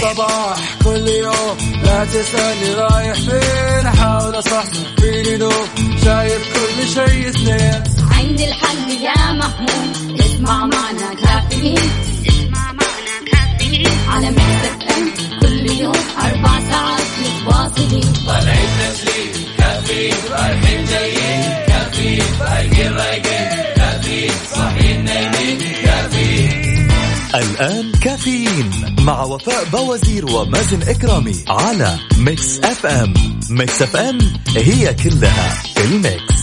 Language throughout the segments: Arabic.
الصباح كل يوم، لا تسألني رايح فين، أحاول أصحصح فيني لو شايف كل شيء سنين. عند الحل يا محمود، اسمع معنا كافيين، اسمع معنا كافيين على ميكس اف ام كل يوم 4 ساعات متواصلين. طالعين تسليم كافيين، رايحين جايين كافيين، رايقين رايقين كافيين، صاحيين نايمين كافيين. الآن كافيين مع وفاء بوازير ومازن إكرامي على ميكس اف ام. ميكس اف ام هي كلها في الميكس.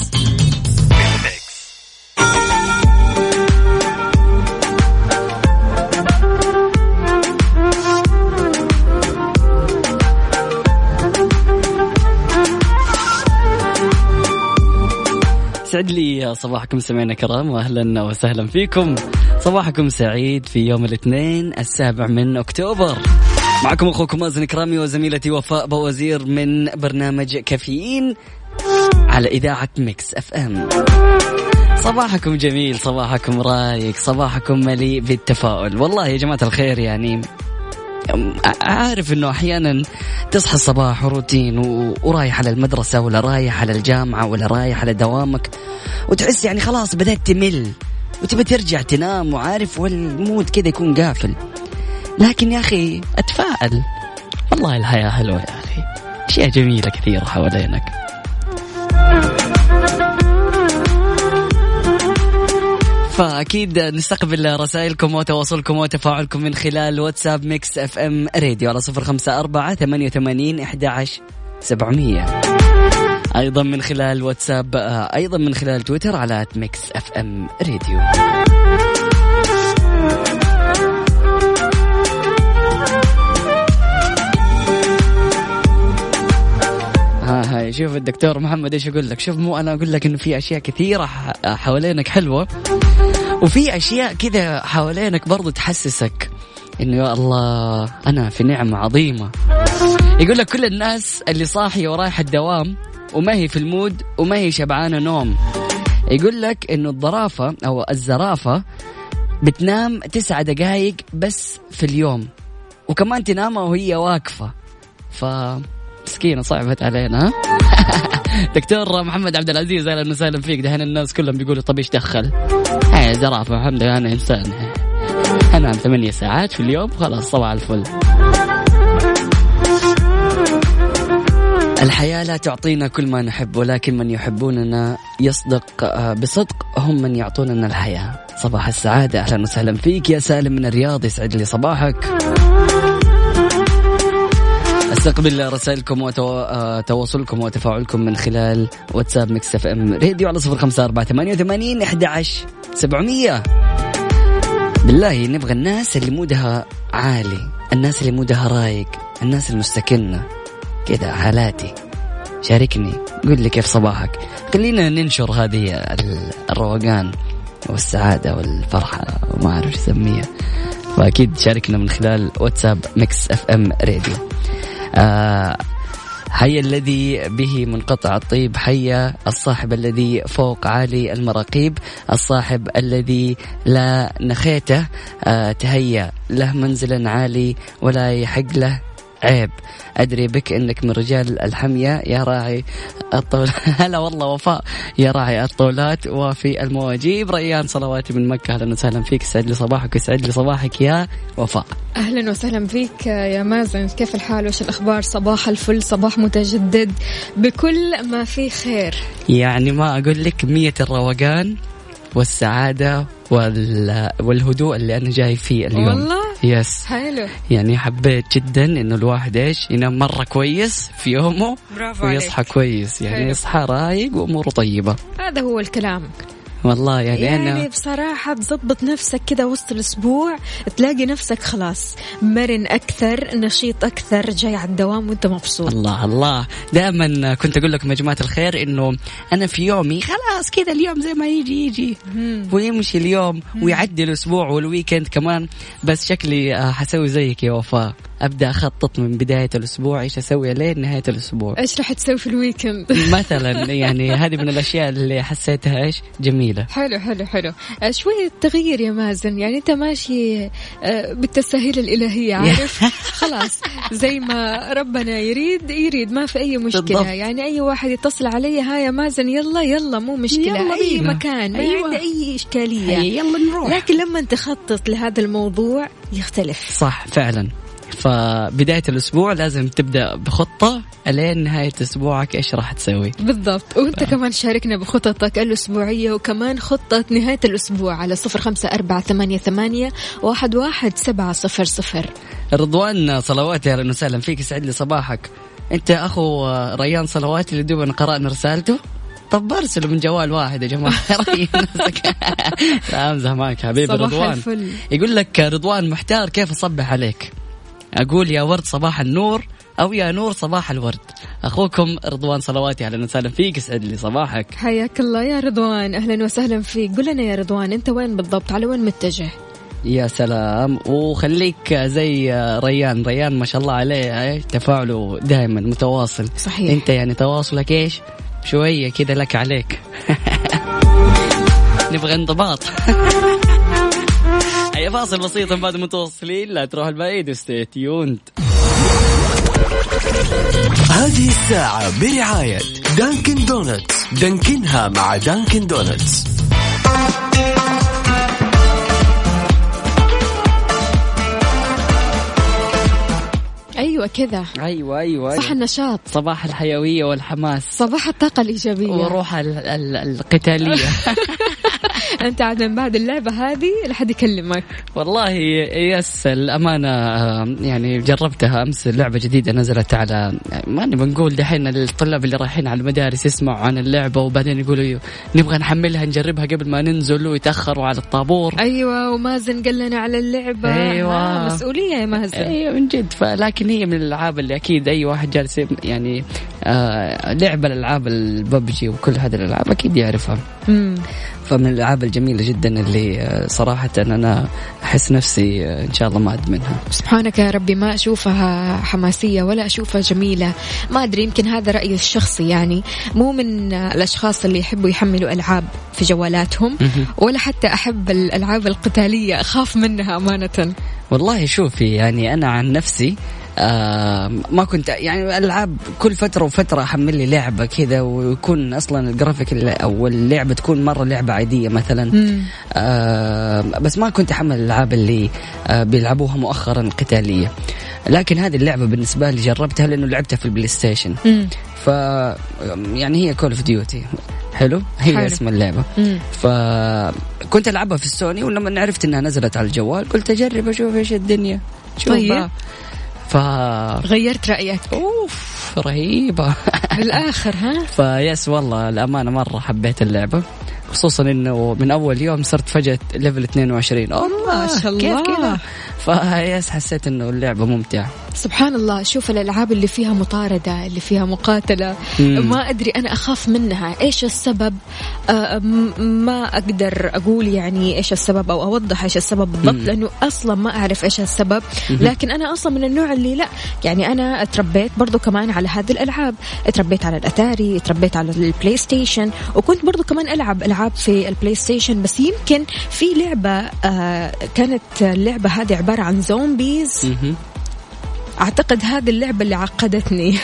سعد لي صباحكم سمعنا كرام، واهلا وسهلا فيكم. صباحكم سعيد في يوم الاثنين 7 أكتوبر. معكم اخوكم مازن كرامي وزميلتي وفاء بوازير من برنامج كافيين على اذاعه ميكس اف ام. صباحكم جميل، صباحكم رايق، صباحكم مليء بالتفاؤل. والله يا جماعه الخير، يعني عارف انه احيانا تصحى الصباح روتين ورايح على المدرسة ولا رايح على الجامعة ولا رايح على دوامك، وتحس يعني خلاص بدأت تمل وتبى ترجع تنام، وعارف والمود كده يكون قافل. لكن يا أخي أتفائل، والله الحياة حلوة يا أخي، أشياء جميلة كثيرة حوالينك. فأكيد نستقبل رسائلكم وتواصلكم وتفاعلكم من خلال واتساب ميكس اف ام راديو على 0548811700. أيضا من خلال واتساب، أيضا من خلال تويتر على ميكس اف ام راديو. هاي شوف الدكتور محمد ايش يقول لك. شوف، مو انا اقول لك انه في اشياء كثيره حوالينك حلوه، وفي اشياء كذا حوالينك برضو تحسسك انه يا الله انا في نعمه عظيمه. يقول لك كل الناس اللي صاحيه ورايحه الدوام وما هي في المود وما هي شبعانه نوم، يقول لك انه الظرافه او الزرافه بتنام 9 دقائق بس في اليوم، وكمان تنام وهي واقفه. مسكينة صعبت علينا. دكتور محمد عبد العزيز أهلا وسهلا فيك. دهن الناس كلهم بيقولوا طب إيش دخل؟ هاي زرافة، الحمد لله أنا إنسان، أنام 8 ساعات في اليوم خلاص صباح الفل. الحياة لا تعطينا كل ما نحب، ولكن من يحبوننا يصدق بصدق هم من يعطوننا الحياة. صباح السعادة، أهلا وسهلا فيك يا سالم من الرياض، يسعد لي صباحك. استقبل رسائلكم وتواصلكم وتفاعلكم من خلال واتساب ميكس اف ام راديو على 0548811700. بالله نبغى الناس اللي مودها عالي، الناس اللي مودها رايق، الناس المستكنة كذا حالاتي. شاركني، قل لي كيف صباحك، خلينا ننشر هذه الروقان والسعادة والفرحة وما أعرف سميها. فأكيد شاركنا من خلال واتساب ميكس اف ام راديو. حي الذي به منقطع الطيب، حي الصاحب الذي فوق عالي المراقيب، الصاحب الذي لا نخيته تهيأ له منزلا عالي ولا يحق له عيب. أدري بك أنك من رجال الحمية يا راعي الطول. هلا والله وفاء يا راعي الطولات وفي المواجيب. ريان صلواتي من مكة، أهلا وسهلا فيك، سعد لي صباحك وسعد لي صباحك يا وفاء. أهلا وسهلا فيك يا مازن، كيف الحال وش الأخبار؟ صباح الفل، صباح متجدد بكل ما فيه خير. يعني ما أقول لك 100 الروقان والسعادة والهدوء اللي أنا جاي فيه اليوم. والله يس حلو، يعني حبيت جدا إنه الواحد إيش ينام مرة كويس في يومه ويصحى عليك. كويس يعني حلو. يصحى رايق وأموره طيبة، هذا هو الكلام. والله يعني أنا بصراحة تضبط نفسك كده وسط الأسبوع، تلاقي نفسك خلاص مرن أكثر، نشيط أكثر، جاي على الدوام وأنت مبسوط. الله الله، دائما كنت أقول لكم يا جماعة الخير إنه أنا في يومي خلاص كده اليوم زي ما يجي ويمشي اليوم ويعدي الأسبوع والويكند كمان، بس شكلي حسوي زيك يا وفاء، أبدأ أخطط من بداية الأسبوع إيش أسوي لين نهاية الأسبوع. إيش راح تسوي في الويكند مثلا يعني هذه من الأشياء اللي حسيتها إيش جميلة. حلو حلو حلو. شوية تغيير يا مازن، يعني أنت ماشي بالتسهيل الإلهية عارف. خلاص زي ما ربنا يريد ما في أي مشكلة بالضبط. يعني أي واحد يتصل علي يا مازن يلا مو مشكلة أي مكان ما عندي أي إشكالية يلا نروح. لكن لما تخطط لهذا الموضوع يختلف. صح فعلا. فبداية الأسبوع لازم تبدأ بخطة لين نهاية أسبوعك إيش راح تسوي بالضبط. وأنت كمان شاركنا بخططك الأسبوعية وكمان خطة نهاية الأسبوع على 0548811700. رضوان صلواتي أهلا وسهلا فيك، يسعد لي صباحك. أنت أخو ريان صلواتي اللي دوبنا قرأنا رسالته. طب ارسلوا من جوال واحد يا جماعة. لا أمزح معك حبيبي رضوان. يقول لك رضوان محتار كيف أصبح عليك، أقول يا ورد صباح النور أو يا نور صباح الورد. أخوكم رضوان صلواتي أهلا وسهلا فيك، يسعد لي صباحك. حياك الله يا رضوان أهلا وسهلا فيك. قل لنا يا رضوان أنت وين بالضبط، على وين متجه؟ يا سلام. وخليك زي ريان ما شاء الله عليه تفاعله دائما متواصل. صحيح. أنت يعني تواصلك إيش شوية كده لك عليك. نبغى انضباط. هيا فاصل بسيط بعد متواصلين، لا تروح البعيد وستي تيوند. هذه الساعة برعاية دانكن دونتس، دانكنها مع دانكن دونتس. أيوة كذا. أيوة صح النشاط، صباح الحيوية والحماس، صباح الطاقة الإيجابية وروح القتالية. أنت عاد من بعد اللعبة هذه لحد يكلمك. والله يس الأمانة يعني جربتها أمس، لعبة جديدة نزلت على ما نبغى نقول دحين الطلاب اللي رايحين على المدارس يسمعوا عن اللعبة وبعدين يقولوا نبغى نحملها نجربها قبل ما ننزل ويتأخروا على الطابور. أيوة ومازن قال لنا على اللعبة. أيوة مسؤولية يا مازن. أيوة من جد. لكن هي من الألعاب اللي أكيد أي واحد جالس يعني لعبة الألعاب الببجي وكل هذه الألعاب أكيد يعرفها. فمن الألعاب الجميلة جدا اللي صراحة أنا أحس نفسي إن شاء الله ما أدمنها. سبحانك يا ربي، ما أشوفها حماسية ولا أشوفها جميلة. ما أدري يمكن هذا رأيي الشخصي، يعني مو من الأشخاص اللي يحبوا يحملوا ألعاب في جوالاتهم ولا حتى أحب الألعاب القتالية، أخاف منها أمانة. والله شوفي يعني أنا عن نفسي ما كنت يعني ألعاب كل فترة وفترة أحمل لي لعبة كذا ويكون أصلا الجرافيك أو اللعبة تكون مرة لعبة عادية مثلا. بس ما كنت أحمل الألعاب اللي بيلعبوها مؤخرا قتالية. لكن هذه اللعبة بالنسبة لي جربتها لأنه لعبتها في البلاي ستيشن. يعني هي كول اوف ديوتي. حلو. اسم اللعبة. فكنت ألعبها في السوني، ولما عرفت أنها نزلت على الجوال قلت أجرب أشوف إيش الدنيا. طيب غيرت رأيك؟ أوف رهيبة بالآخر ها؟ فيس والله الأمانة مرة حبيت اللعبة، خصوصا إنه من أول يوم صرت فجأة ليفل 22. ما شاء الله كيف كذا. فيس حسيت إنه اللعبة ممتعة. سبحان الله. شوف الألعاب اللي فيها مطاردة اللي فيها مقاتلة ما أدري أنا أخاف منها. إيش السبب؟ ما أقدر أقول يعني إيش السبب أو أوضح إيش السبب بالضبط، لأنه أصلا ما أعرف إيش السبب. لكن أنا أصلا من النوع اللي لا يعني أنا اتربيت برضو كمان على هذه الألعاب، اتربيت على الأتاري، اتربيت على البلاي ستيشن، وكنت برضو كمان ألعب ألعاب في البلاي ستيشن. بس يمكن في لعبة كانت اللعبة هذه عبارة عن زومبيز. أعتقد هذه اللعبة اللي عقدتني.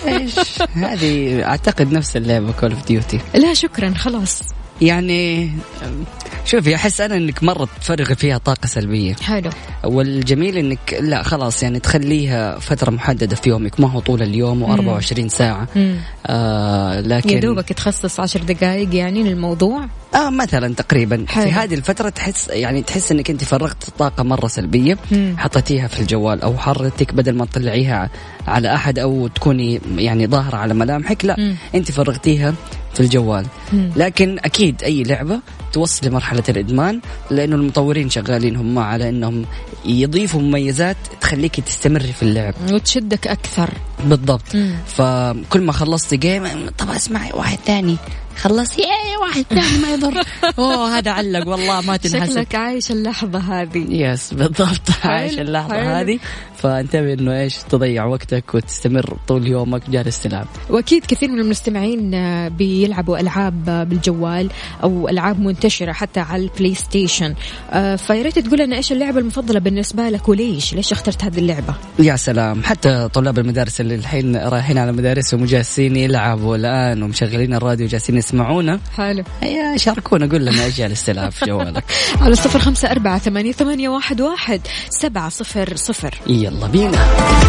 هذه أعتقد نفس اللعبة كول اوف ديوتي. لا شكرا خلاص. يعني شوفي أحس أنا إنك مرة تفرغي فيها طاقة سلبية. حلو. والجميل إنك لا خلاص يعني تخليها فترة محددة في يومك، ما هو طول اليوم و24 ساعة. لكن يا دوبك تخصص 10 دقائق يعني للموضوع. مثلا تقريبا. حلو. في هذه الفترة تحس إنك أنت فرغت طاقة مرة سلبية، حطيتيها في الجوال أو حرتك بدل ما تطلعيها على أحد أو تكوني يعني ظاهرة على ملامحك، لا أنت فرغتيها في الجوال. لكن أكيد أي لعبة توصل لمرحلة الإدمان، لأنه المطورين شغالين هم على أنهم يضيفوا مميزات تخليك تستمر في اللعب وتشدك أكثر. بالضبط. فكل ما خلصت جيم طب اسمعي واحد ثاني، خلصي واحد ثاني ما يضر. هذا علق والله ما تنحسب. شكلك عايش اللحظة هذه. يس بالضبط عايش اللحظة هذه. فانتبه إنه إيش تضيع وقتك وتستمر طول يومك جالس تلعب. وأكيد كثير من المستمعين بيلعبوا ألعاب بالجوال أو ألعاب منتشرة حتى على البلاي ستيشن، فياريت تقول لنا إيش اللعبة المفضلة بالنسبة لك وليش؟ ليش اخترت هذه اللعبة؟ يا سلام، حتى طلاب المدارس اللي الحين رايحين على مدارسهم وجالسين يلعبوا الآن ومشغلين الراديو وجالسين يسمعونا. حلو، هيا شاركونا، قول لنا إيش جالس تلعب في جوالك على 0548811700. يلا بينا.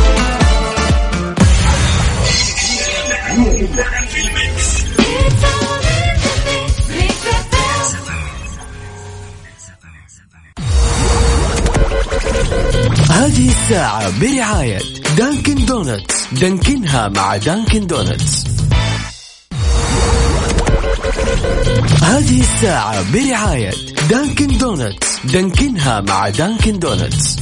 هذه الساعة برعاية دانكن دونتس، دانكنها مع دانكن دونتس. هذه الساعة برعاية دانكن دونتس، دانكنها مع دانكن دونتس.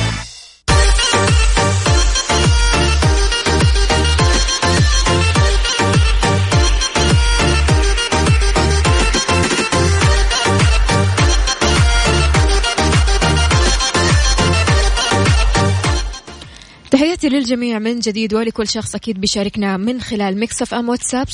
تحياتي للجميع من جديد ولكل شخص أكيد بيشاركنا من خلال ميكس اف ام واتساب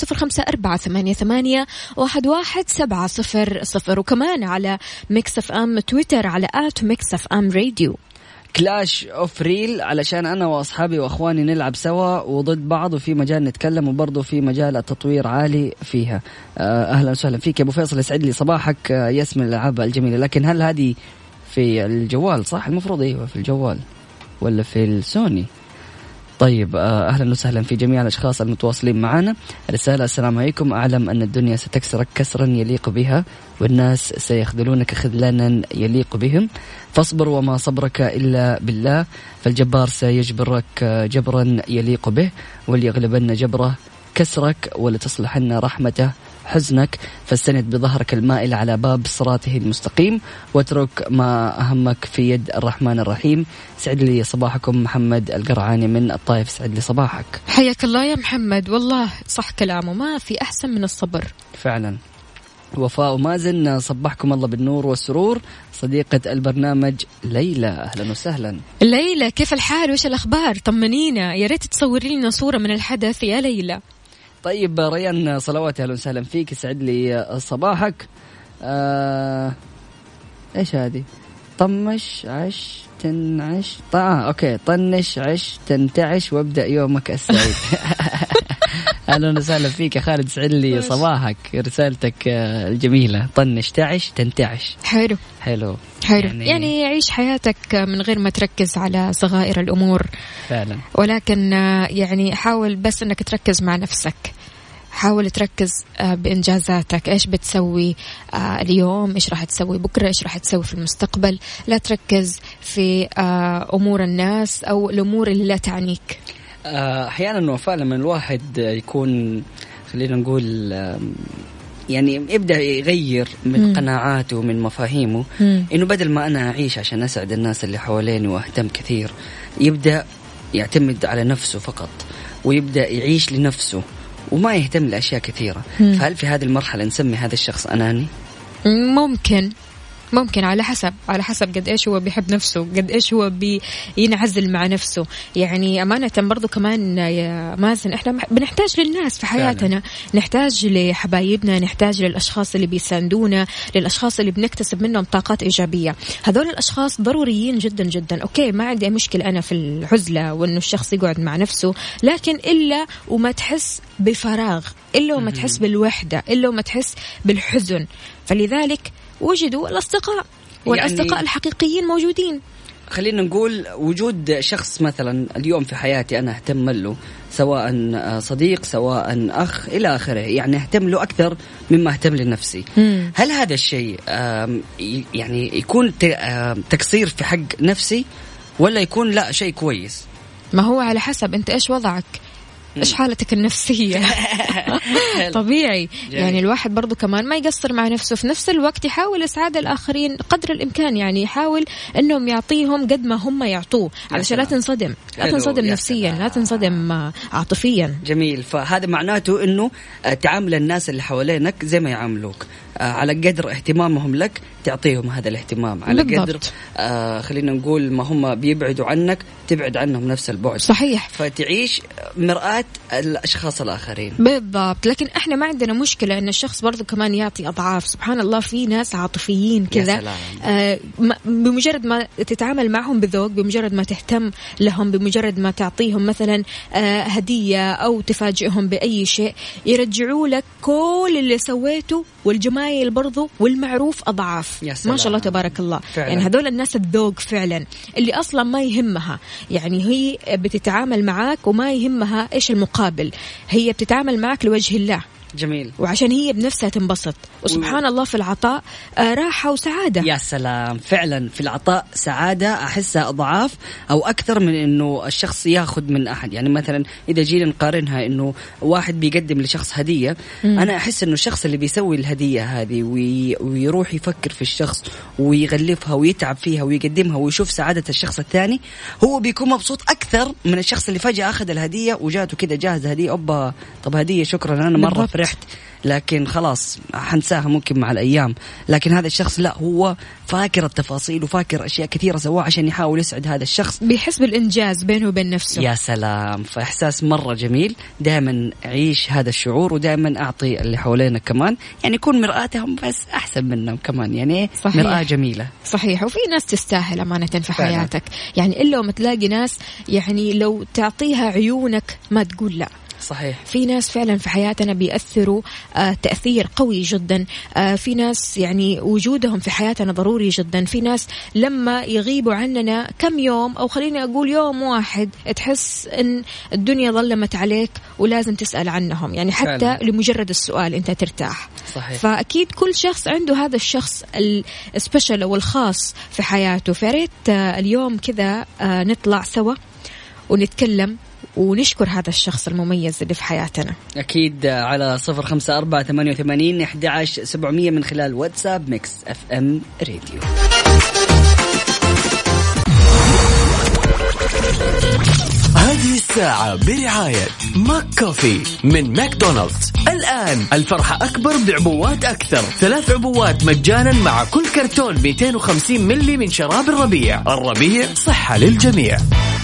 0548811700 وكمان على ميكس اف ام تويتر على @mixfmradio. كلاش اوف ريل علشان انا واصحابي واخواني نلعب سوا وضد بعض، وفي مجال نتكلم وبرضه في مجال التطوير عالي فيها. اهلا وسهلا فيك يا ابو فيصل، يسعد لي صباحك. يسمى الالعاب الجميله، لكن هل هذه في الجوال؟ صح المفروض ايوه في الجوال ولا في السوني؟ طيب أهلا وسهلا في جميع الأشخاص المتواصلين معنا. رسالة: السلام عليكم، أعلم أن الدنيا ستكسرك كسرا يليق بها والناس سيخذلونك خذلانا يليق بهم، فاصبر وما صبرك إلا بالله، فالجبار سيجبرك جبرا يليق به، وليغلبن جبره كسرك ولتصلحن رحمته حزنك، فاستند بظهرك المائل على باب صراطه المستقيم، واترك ما أهمك في يد الرحمن الرحيم. سعد لي صباحكم، محمد القرعاني من الطائف. سعد لي صباحك. حياك الله يا محمد، والله صح كلامه، ما في أحسن من الصبر فعلا. وفاء ومازن صبحكم الله بالنور والسرور. صديقة البرنامج ليلى، أهلا وسهلا. ليلى كيف الحال وإيش الأخبار؟ طمنينا، يا ريت تصوري لنا صورة من الحدث يا ليلى. طيب ريان صلواتي، أهلا وسهلا فيك، يسعد لي صباحك. إيش هذه؟ طمش عش تنعش أوكي، طنش عش تنتعش وابدأ يومك السعيد. أهلا وسهلا فيك يا خالد، سعد لي صباحك، رسالتك الجميلة. طنش تعش تنتعش، حلو حلو يعني عيش حياتك من غير ما تركز على صغائر الأمور فعلا، ولكن يعني حاول بس أنك تركز مع نفسك، حاول تركز بإنجازاتك، إيش بتسوي اليوم، إيش راح تسوي بكرة، إيش راح تسوي في المستقبل. لا تركز في أمور الناس أو الأمور اللي لا تعنيك. أحيانا وفاء لما الواحد يكون خلينا نقول يعني يبدأ يغير من قناعاته ومن مفاهيمه، إنه بدل ما أنا أعيش عشان أسعد الناس اللي حواليني وأهتم كثير، يبدأ يعتمد على نفسه فقط ويبدأ يعيش لنفسه وما يهتم لأشياء كثيرة. فهل في هذه المرحلة نسمي هذا الشخص أناني؟ ممكن على حسب قد إيش هو بيحب نفسه، قد إيش هو بينعزل مع نفسه. يعني أمانة برضو كمان يا مازن، إحنا بنحتاج للناس في حياتنا فعلا. نحتاج لحبايبنا، نحتاج للأشخاص اللي بيساندونا، للأشخاص اللي بنكتسب منهم طاقات إيجابية. هذول الأشخاص ضروريين جدا جدا. أوكي ما عندي مشكلة أنا في العزلة وإنه الشخص يقعد مع نفسه، لكن إلا وما تحس بفراغ، إلا وما تحس بالوحدة، إلا وما تحس بالحزن. فلذلك وجدوا الأصدقاء، والأصدقاء يعني الحقيقيين موجودين. خلينا نقول وجود شخص مثلا اليوم في حياتي أنا أهتم له، سواء صديق سواء أخ إلى آخره، يعني أهتم له أكثر مما أهتم لنفسي. هل هذا الشيء يعني يكون تقصير في حق نفسي ولا يكون لا شيء كويس؟ ما هو على حسب أنت إيش وضعك، إيش حالتك النفسية. طبيعي يعني الواحد برضو كمان ما يقصر مع نفسه، في نفس الوقت يحاول إسعاد الآخرين قدر الإمكان، يعني يحاول أنهم يعطيهم قد ما هم يعطوه علشان لا تنصدم نفسيا، لا تنصدم عاطفيا. جميل. فهذا معناته أنه تعامل الناس اللي حوالينك زي ما يعاملوك، على قدر اهتمامهم لك تعطيهم هذا الاهتمام على قدر خلينا نقول ما هم بيبعدوا عنك تبعد عنهم نفس البعد. صحيح. فتعيش مرآة الأشخاص الآخرين. بالضبط. لكن احنا ما عندنا مشكلة ان الشخص برضو كمان يعطي أضعاف. سبحان الله في ناس عاطفيين كذا، بمجرد ما تتعامل معهم بذوق، بمجرد ما تهتم لهم، بمجرد ما تعطيهم مثلا هدية أو تفاجئهم بأي شيء، يرجعوا لك كل اللي سويته والجمايل برضو والمعروف أضعاف. ما شاء الله تبارك الله فعلا. يعني هذول الناس الذوق فعلا اللي أصلا ما يهمها، يعني هي بتتعامل معاك وما يهمها إيش المقابل، هي بتتعامل معاك لوجه الله. جميل. وعشان هي بنفسها تنبسط. وسبحان الله في العطاء راحة وسعادة. يا سلام، فعلا في العطاء سعادة أحسها أضعاف أو أكثر من إنه الشخص ياخذ من أحد. يعني مثلا إذا جينا نقارنها إنه واحد بيقدم لشخص هدية، أنا أحس إنه الشخص اللي بيسوي الهدية هذه ويروح يفكر في الشخص ويغلفها ويتعب فيها ويقدمها ويشوف سعادة الشخص الثاني، هو بيكون مبسوط أكثر من الشخص اللي فجأة أخذ الهدية وجاته كده جاهزة هدية، أوبا طب هدية شكرا أنا مرة فرحت لكن خلاص حنساها ممكن مع الأيام. لكن هذا الشخص لا، هو فاكر التفاصيل وفاكر أشياء كثيرة سواها عشان يحاول يسعد هذا الشخص، بيحس بالإنجاز بينه وبين نفسه. يا سلام، فإحساس مرة جميل. دائما عيش هذا الشعور ودائما أعطي اللي حوالينك كمان، يعني يكون مرآتهم بس أحسن منهم كمان، يعني صحيح. مرآة جميلة. صحيح. وفي ناس تستاهل أمانة في حياتك، يعني إلا وما تلاقي ناس يعني لو تعطيها عيونك ما تقول لا. صحيح. في ناس فعلا في حياتنا بيأثروا تأثير قوي جدا. في ناس يعني وجودهم في حياتنا ضروري جدا. في ناس لما يغيبوا عننا كم يوم أو خليني أقول يوم واحد تحس إن الدنيا ظلمت عليك ولازم تسأل عنهم، يعني حتى فعلا. لمجرد السؤال أنت ترتاح. صحيح. فأكيد كل شخص عنده هذا الشخص السبيشال أو الخاص في حياته. فريت اليوم كذا نطلع سوا ونتكلم ونشكر هذا الشخص المميز اللي في حياتنا. أكيد على 0548811700 من خلال واتساب ميكس اف ام راديو. هذه الساعة برعاية ماك كوفي من ماكدونالدز. الآن الفرحة أكبر بعبوات أكثر، 3 عبوات مجانا مع كل كرتون 250 ملي من شراب الربيع. الربيع صحة للجميع.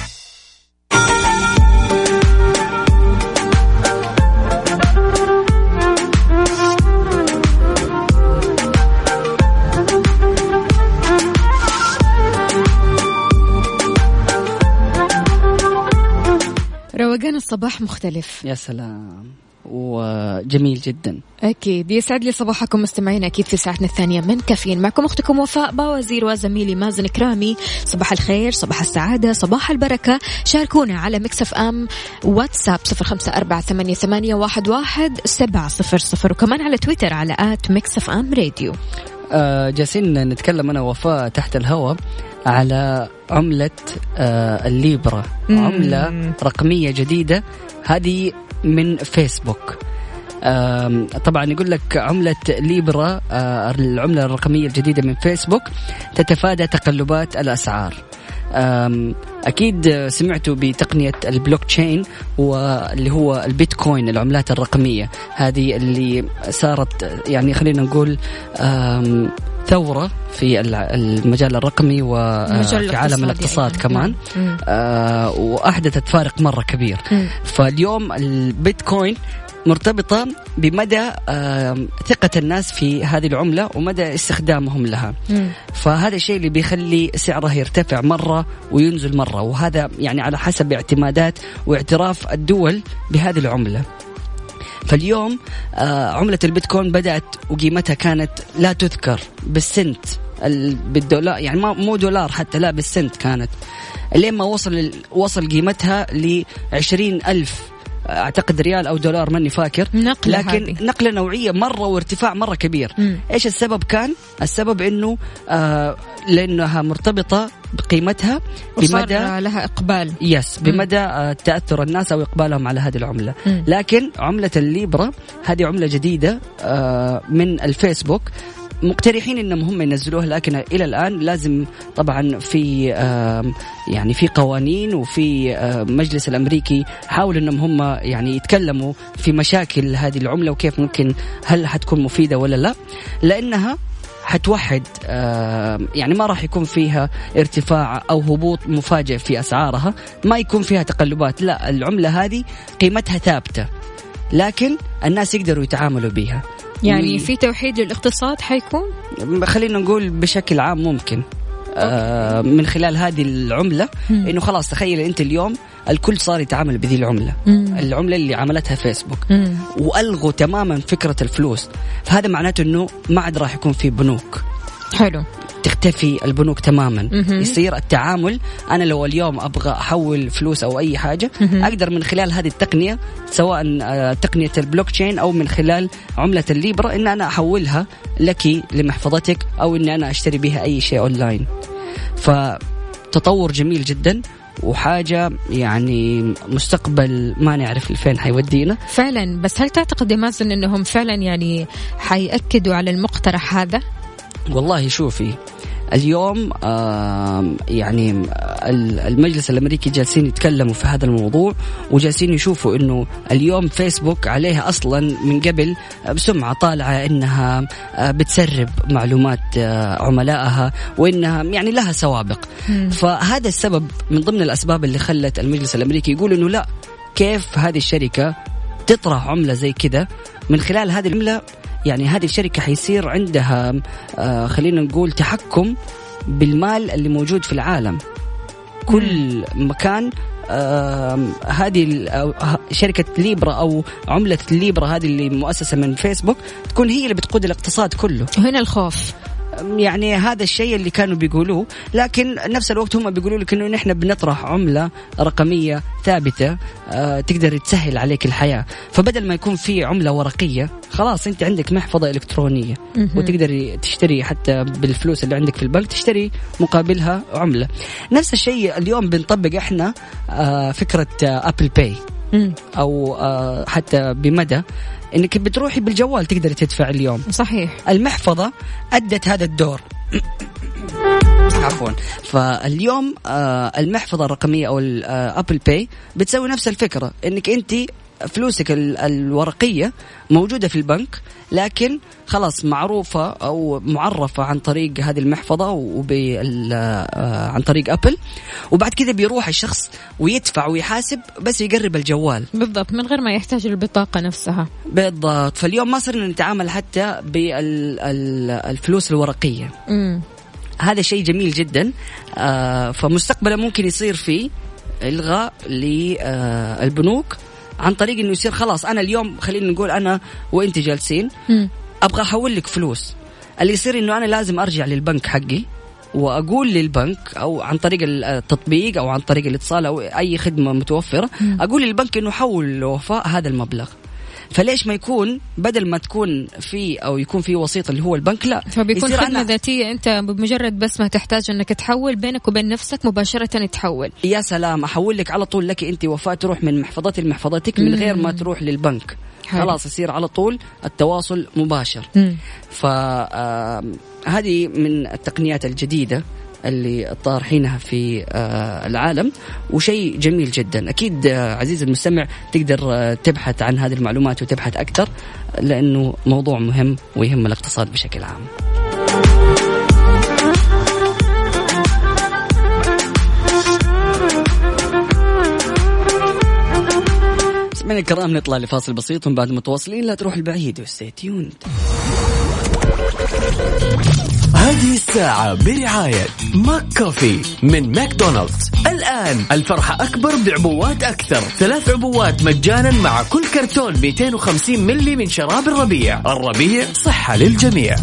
روقان الصباح مختلف. يا سلام، وجميل جدا. أكيد يسعد لي صباحكم مستمعين. أكيد في ساعتنا الثانية من كافيين معكم أختكم وفاء باوزير وزميلي مازن كرامي. صباح الخير، صباح السعادة، صباح البركة. شاركونا على ميكس اف ام واتساب 0548811700 وكمان على تويتر على ميكس اف ام راديو. جالسين نتكلم أنا وفاء تحت الهواء على عملة الليبرا، عملة رقمية جديدة هذه من فيسبوك. طبعا يقول لك عملة ليبرا العملة الرقمية الجديدة من فيسبوك تتفادى تقلبات الأسعار. أكيد سمعتوا بتقنية البلوك تشين واللي هو البيتكوين، العملات الرقمية هذه اللي صارت يعني خلينا نقول ثورة في المجال الرقمي وفي عالم الاقتصاد كمان. وأحدثت فارق مرة كبير. فاليوم البيتكوين مرتبطة بمدى ثقة الناس في هذه العملة ومدى استخدامهم لها. فهذا الشيء اللي بيخلي سعره يرتفع مرة وينزل مرة، وهذا يعني على حسب اعتمادات واعتراف الدول بهذه العملة. فاليوم عملة البيتكوين بدأت وقيمتها كانت لا تذكر بالسنت بالدولار، يعني مو دولار حتى، لا بالسنت كانت، لين ما وصل قيمتها ل20,000 أعتقد ريال أو دولار ماني فاكر. لكن نقلة نوعية مرة وارتفاع مرة كبير. إيش السبب كان؟ السبب إنه لأنها مرتبطة بقيمتها بمدى لها إقبال. بمدى تأثر الناس أو إقبالهم على هذه العملة. لكن عملة الليبرا هذه عملة جديدة من الفيسبوك، مقترحين انهم هم ينزلوها، لكن الى الان لازم طبعا في يعني في قوانين وفي مجلس الامريكي حاول انهم هم يعني يتكلموا في مشاكل هذه العمله وكيف ممكن هل حتكون مفيده ولا لا، لانها حتوحد يعني ما راح يكون فيها ارتفاع أو هبوط مفاجئ في أسعارها، ما يكون فيها تقلبات، لا العملة هذه قيمتها ثابتة لكن الناس يقدروا يتعاملوا بيها. يعني في توحيد للاقتصاد حيكون، خلينا نقول بشكل عام ممكن من خلال هذه العملة إنه خلاص تخيل أنت اليوم الكل صار يتعامل بذي العملة، العملة اللي عملتها فيسبوك، وألغوا تماما فكرة الفلوس، فهذا معناته إنه ما عاد راح يكون في بنوك. حلو. تختفي البنوك تماما. يصير التعامل، أنا لو اليوم أبغى أحول فلوس أو أي حاجة أقدر من خلال هذه التقنية، سواء تقنية البلوك تشين أو من خلال عملة الليبرا، إن أنا أحولها لك لمحفظتك أو إن أنا أشتري بها أي شيء أونلاين. فتطور جميل جدا وحاجة يعني مستقبل ما نعرف لفين حيودينا فعلا. بس هل تعتقد يا مازن أنهم فعلا يعني حيأكدوا على المقترح هذا؟ والله شوفي اليوم يعني المجلس الأمريكي جالسين يتكلموا في هذا الموضوع، وجالسين يشوفوا إنه اليوم فيسبوك عليها أصلا من قبل بسمعة طالعة إنها بتسرب معلومات عملائها، وإنها يعني لها سوابق. فهذا السبب من ضمن الأسباب اللي خلت المجلس الأمريكي يقول إنه لا، كيف هذه الشركة تطرح عملة زي كده؟ من خلال هذه العملة يعني هذه الشركة حيصير عندها خلينا نقول تحكم بالمال اللي موجود في العالم كل مكان. هذه شركة ليبرا أو عملة الليبرا هذه اللي مؤسسة من فيسبوك تكون هي اللي بتقود الاقتصاد كله. هنا الخوف يعني هذا الشيء اللي كانوا بيقولوه، لكن نفس الوقت هم بيقولوا لك إنه نحن بنطرح عملة رقمية ثابتة تقدر تسهل عليك الحياة. فبدل ما يكون في عملة ورقية خلاص أنت عندك محفظة إلكترونية وتقدر تشتري حتى بالفلوس اللي عندك في البنك تشتري مقابلها عملة. نفس الشيء اليوم بنطبق إحنا فكرة أبل باي أو حتى بمدى إنك بتروحي بالجوال تقدر تدفع اليوم. صحيح. المحفظة أدت هذا الدور عفوا. فاليوم المحفظة الرقمية أو الأبل باي بتسوي نفس الفكرة، إنك أنت فلوسك الورقية موجودة في البنك لكن خلاص معروفة أو معرفة عن طريق هذه المحفظة عن طريق أبل، وبعد كده بيروح الشخص ويدفع ويحاسب بس يقرب الجوال بالضبط من غير ما يحتاج البطاقة نفسها. بالضبط. فاليوم ما صرنا نتعامل حتى بالفلوس الورقية. هذا شيء جميل جدا. فمستقبلا ممكن يصير فيه إلغاء للبنوك عن طريق إنه يصير خلاص أنا اليوم خلينا نقول أنا وإنت جالسين أبغى أحول لك فلوس، اللي يصير إنه أنا لازم أرجع للبنك حقي وأقول للبنك أو عن طريق التطبيق أو عن طريق الاتصال أو أي خدمة متوفرة أقول للبنك إنه حول لوفاء هذا المبلغ. فليش ما يكون بدل ما تكون في أو يكون في وسيط اللي هو البنك، لا فبيكون خدمة ذاتية، أنت بمجرد بس ما تحتاج أنك تحول بينك وبين نفسك مباشرة تحول. يا سلام، أحول لك على طول لك أنت وفاء، تروح من محفظتي لمحفظتك من غير ما تروح للبنك. خلاص يصير على طول التواصل مباشر. فهذه من التقنيات الجديدة اللي طارحينها في العالم، وشيء جميل جدا. أكيد عزيزي المستمع تقدر تبحث عن هذه المعلومات وتبحث أكثر، لأنه موضوع مهم ويهم الاقتصاد بشكل عام. من الكرام نطلع لفاصل بسيط ومن بعد متواصلين، لا تروح البعيد وستي تيوند. هذه الساعة برعاية ماك كوفي من ماكدونالدز. الآن الفرحة أكبر بعبوات أكثر، 3 عبوات مجانا مع كل كرتون 250 ملي من شراب الربيع. الربيع صحة للجميع.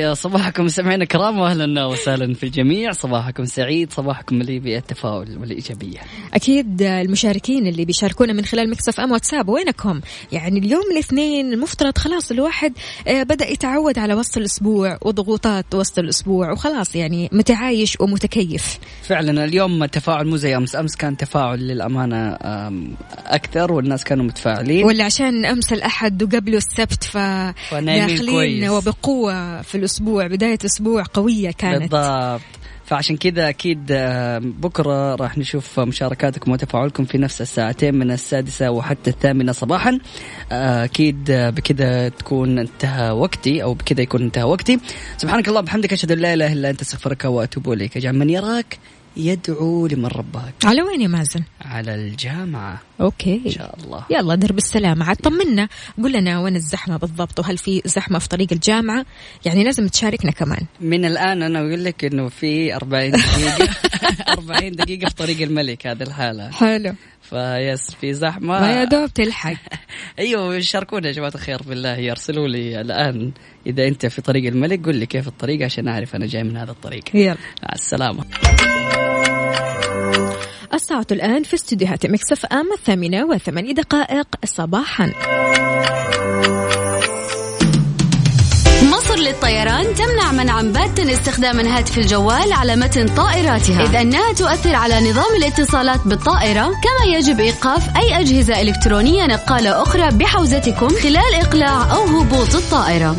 يا صباحكم سمعنا كرام واهلا وسهلا في الجميع. صباحكم سعيد، صباحكم مليء بالتفاؤل والايجابيه. اكيد المشاركين اللي بيشاركونا من خلال ميكس اف ام واتساب وينكم؟ يعني اليوم الاثنين المفترض خلاص الواحد بدا يتعود على وسط الاسبوع وضغوطات وسط الاسبوع وخلاص يعني متعايش ومتكيف. فعلا اليوم تفاعل مو زي امس كان تفاعل للامانه اكثر والناس كانوا متفاعلين، ولا عشان امس الاحد وقبله السبت فداخلين وبقوه في الاسبوع، بدايه اسبوع قويه كانت بالضبط. فعشان كذا أكيد بكرة راح نشوف مشاركاتكم وتفاعلكم في نفس الساعتين من 6 وحتى 8 صباحا. أكيد بكذا تكون انتهى وقتي أو بكذا يكون انتهى وقتي. سبحانك الله بحمدك أشهد أن لا إله إلا أنت أستغفرك وأتوب إليك. اجعل من يراك يدعو لمن رباك. على وين يا مازن؟ على الجامعة. أوكي إن شاء الله. يلا درب السلامة. عاد طمنا، قل لنا وين الزحمة بالضبط، وهل في زحمة في طريق الجامعة؟ يعني لازم تشاركنا كمان من الآن. أنا أقول لك إنه في 40 دقيقة 40 دقيقة في طريق الملك هذه الحالة. حلو. فيس في زحمة ما يا دوب تلحق. أيوة شاركونا يا جماعة الخير بالله، يرسلوا لي الآن إذا أنت في طريق الملك قل لي كيف الطريق عشان أعرف أنا جاي من هذا الطريق. يلا مع السلامة. الساعة الآن في استديوهات ميكس اف ام 8:08 صباحا. مصر للطيران تمنع منعا باتا استخدام هاتف الجوال على متن طائراتها، إذ أنها تؤثر على نظام الاتصالات بالطائرة. كما يجب إيقاف أي أجهزة إلكترونية نقالة أخرى بحوزتكم خلال إقلاع أو هبوط الطائرة.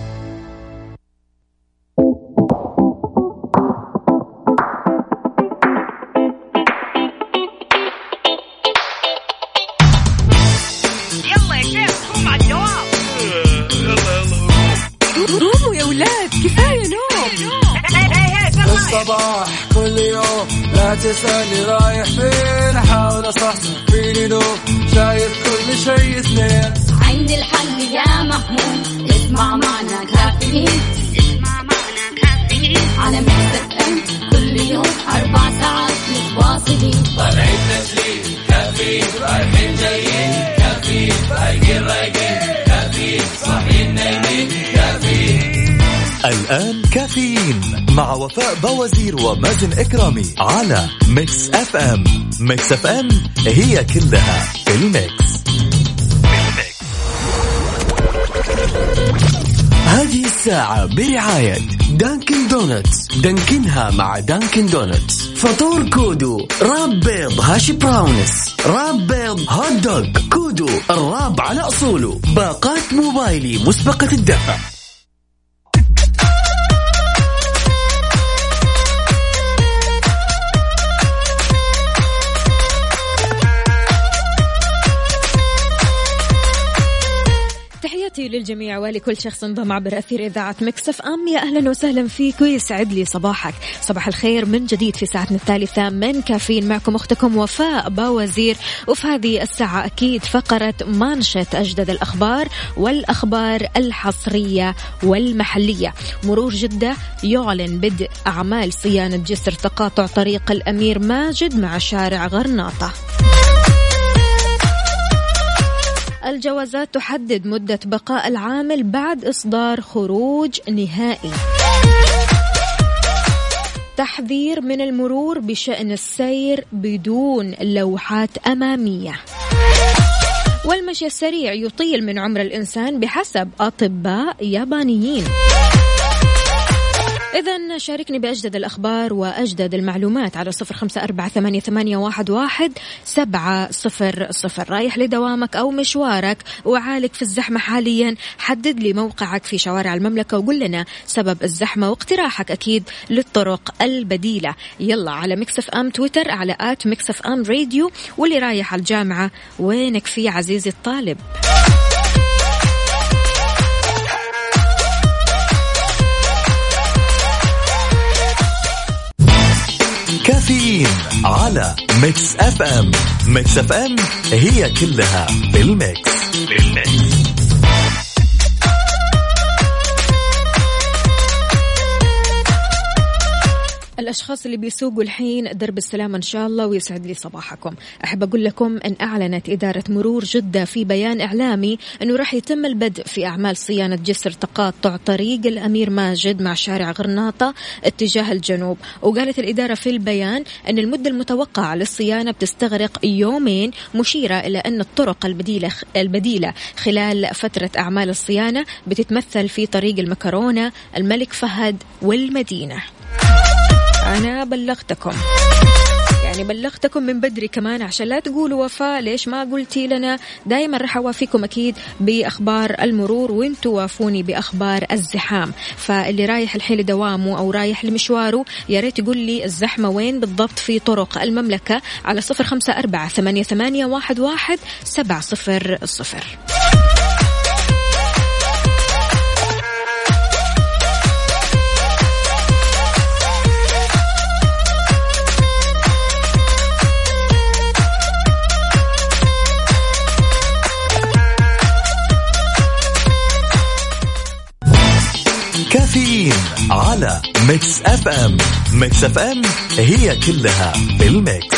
قوموا يا ولاد كفاية نوم. الصباح كل يوم لا تسألني رايح فين، أحاول أصحصح فيني نوم، شايف كل شيء اثنين. عندي الحل يا محمود، اسمع معنا كافيين، اسمع معنا كافيين على ميكس اف ام كل يوم 4 ساعات متواصلين. طالعين تسليم كافيين، رايحين جايين كافيين، رايقين رايقين كافيين، صاحيين نايمين كافيين. الآن كافيين مع وفاء بوازير ومازن إكرامي على ميكس اف ام. ميكس اف ام هي كلها في الميكس. هذه الساعة برعاية دانكن دونتس. دانكنها مع دانكن دونتس. فطور كودو، راب بيض هاشي براونس، راب بيض هوت دوغ. كودو الراب على أصوله. باقات موبايلي مسبقة الدفع. للجميع ولكل شخص انضم عبر أثير إذاعة ميكس اف ام. يا أهلا وسهلا فيك ويسعد لي صباحك. صباح الخير من جديد في ساعتنا الثالثة من كافيين، معكم أختكم وفاء باوزير. وفي هذه الساعة أكيد فقرة مانشت أجدد الأخبار والأخبار الحصرية والمحلية. مرور جدة يعلن بدء أعمال صيانة جسر تقاطع طريق الأمير ماجد مع شارع غرناطة. الجوازات تحدد مدة بقاء العامل بعد إصدار خروج نهائي. تحذير من المرور بشأن السير بدون لوحات أمامية. والمشي السريع يطيل من عمر الإنسان بحسب أطباء يابانيين. إذن شاركني بأجدد الأخبار وأجدد المعلومات على 0548811700. رايح لدوامك أو مشوارك وعالق في الزحمة حاليا، حدد لي موقعك في شوارع المملكة وقل لنا سبب الزحمة واقتراحك أكيد للطرق البديلة. يلا على ميكس اف ام تويتر على @mixfmradio. واللي رايح على الجامعة وينك في عزيزي الطالب؟ كافيين على ميكس اف ام. ميكس اف ام هي كلها بالميكس. الأشخاص اللي بيسوقوا الحين درب السلام إن شاء الله ويسعد لي صباحكم. أحب أقول لكم أن أعلنت إدارة مرور جدة في بيان إعلامي أنه راح يتم البدء في أعمال صيانة جسر تقاطع طريق الأمير ماجد مع شارع غرناطة اتجاه الجنوب. وقالت الإدارة في البيان أن المدة المتوقعة للصيانة بتستغرق يومين، مشيرة إلى أن الطرق البديلة خلال فترة أعمال الصيانة بتتمثل في طريق المكرونة، الملك فهد والمدينة. أنا بلغتكم، يعني بلغتكم من بدري كمان عشان لا تقولوا وفاء ليش ما قلتي لنا. دايما رح أوافيكم أكيد بأخبار المرور وانتوا وافوني بأخبار الزحام. فاللي رايح الحين لدوامه أو رايح لمشواره يا ريت يقول لي الزحمة وين بالضبط في طرق المملكة على 0548811700. كافيين على ميكس اف ام. ميكس اف ام هي كلها بالميكس.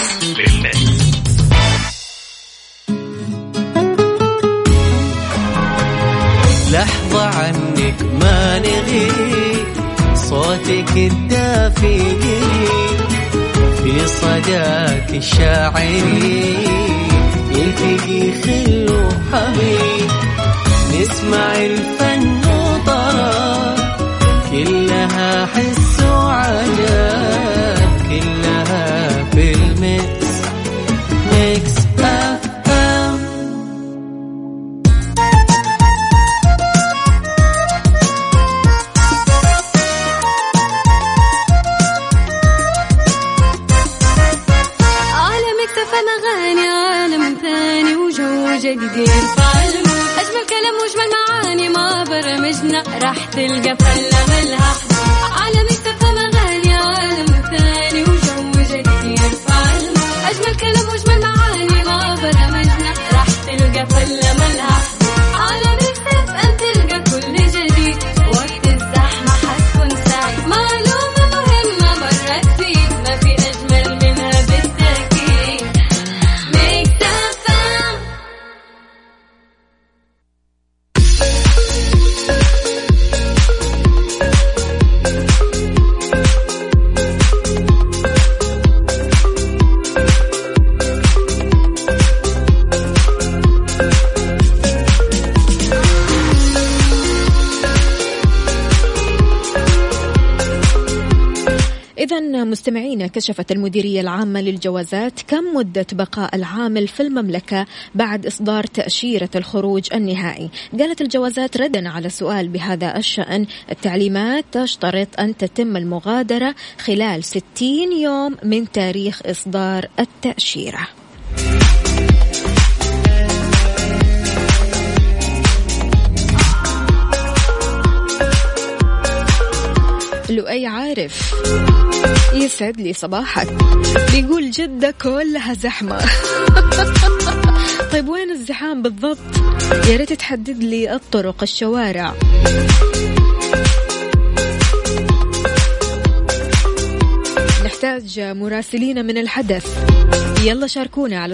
لحظة عنك ما نغيب، صوتك الدافي في صداك الشاعري يلتقي خل وحبيب، نسمع الفن وطرب كلها حس وعجب، كلها في الميكس. ميكس اف ام. على ميكس اف ام اغاني عالم ثاني وجو جديد، أجمل كلام وأجمل معاني ما برمجنا راح تلقى فلة ملها. على ميكس اف ام اغاني عالم ثاني وجو جديد يرفع الموج، أجمل كلام وأجمل معاني ما برمجنا راح تلقى فلة ملها. على ميكس اف ام تلقى كل جديد، وقت الزحمة حتكون سعيد، معلومة مهمة مرة تفيد، ما في أجمل منها بالتأكيد. ميكس اف ام. إذن مستمعينا، كشفت المديرية العامة للجوازات كم مدة بقاء العامل في المملكة بعد إصدار تأشيرة الخروج النهائي. قالت الجوازات ردا على سؤال بهذا الشأن: التعليمات تشترط أن تتم المغادرة خلال 60 يوم من تاريخ إصدار التأشيرة. لؤي عارف يسعد لي صباحك، بيقول جدة كلها زحمة. طيب وين الزحام بالضبط؟ يا ريت تحدد لي الطرق، الشوارع. نحتاج مراسلين من الحدث، يلا شاركونا على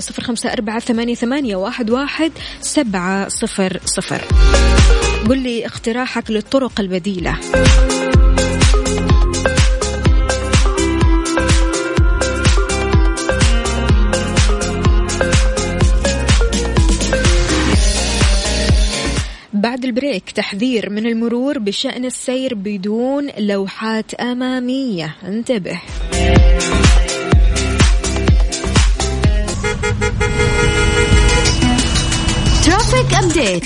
0548811700. قل لي اقتراحك للطرق البديلة. بعد البريك تحذير من المرور بشأن السير بدون لوحات أمامية، انتبه. ترافيك أبديت.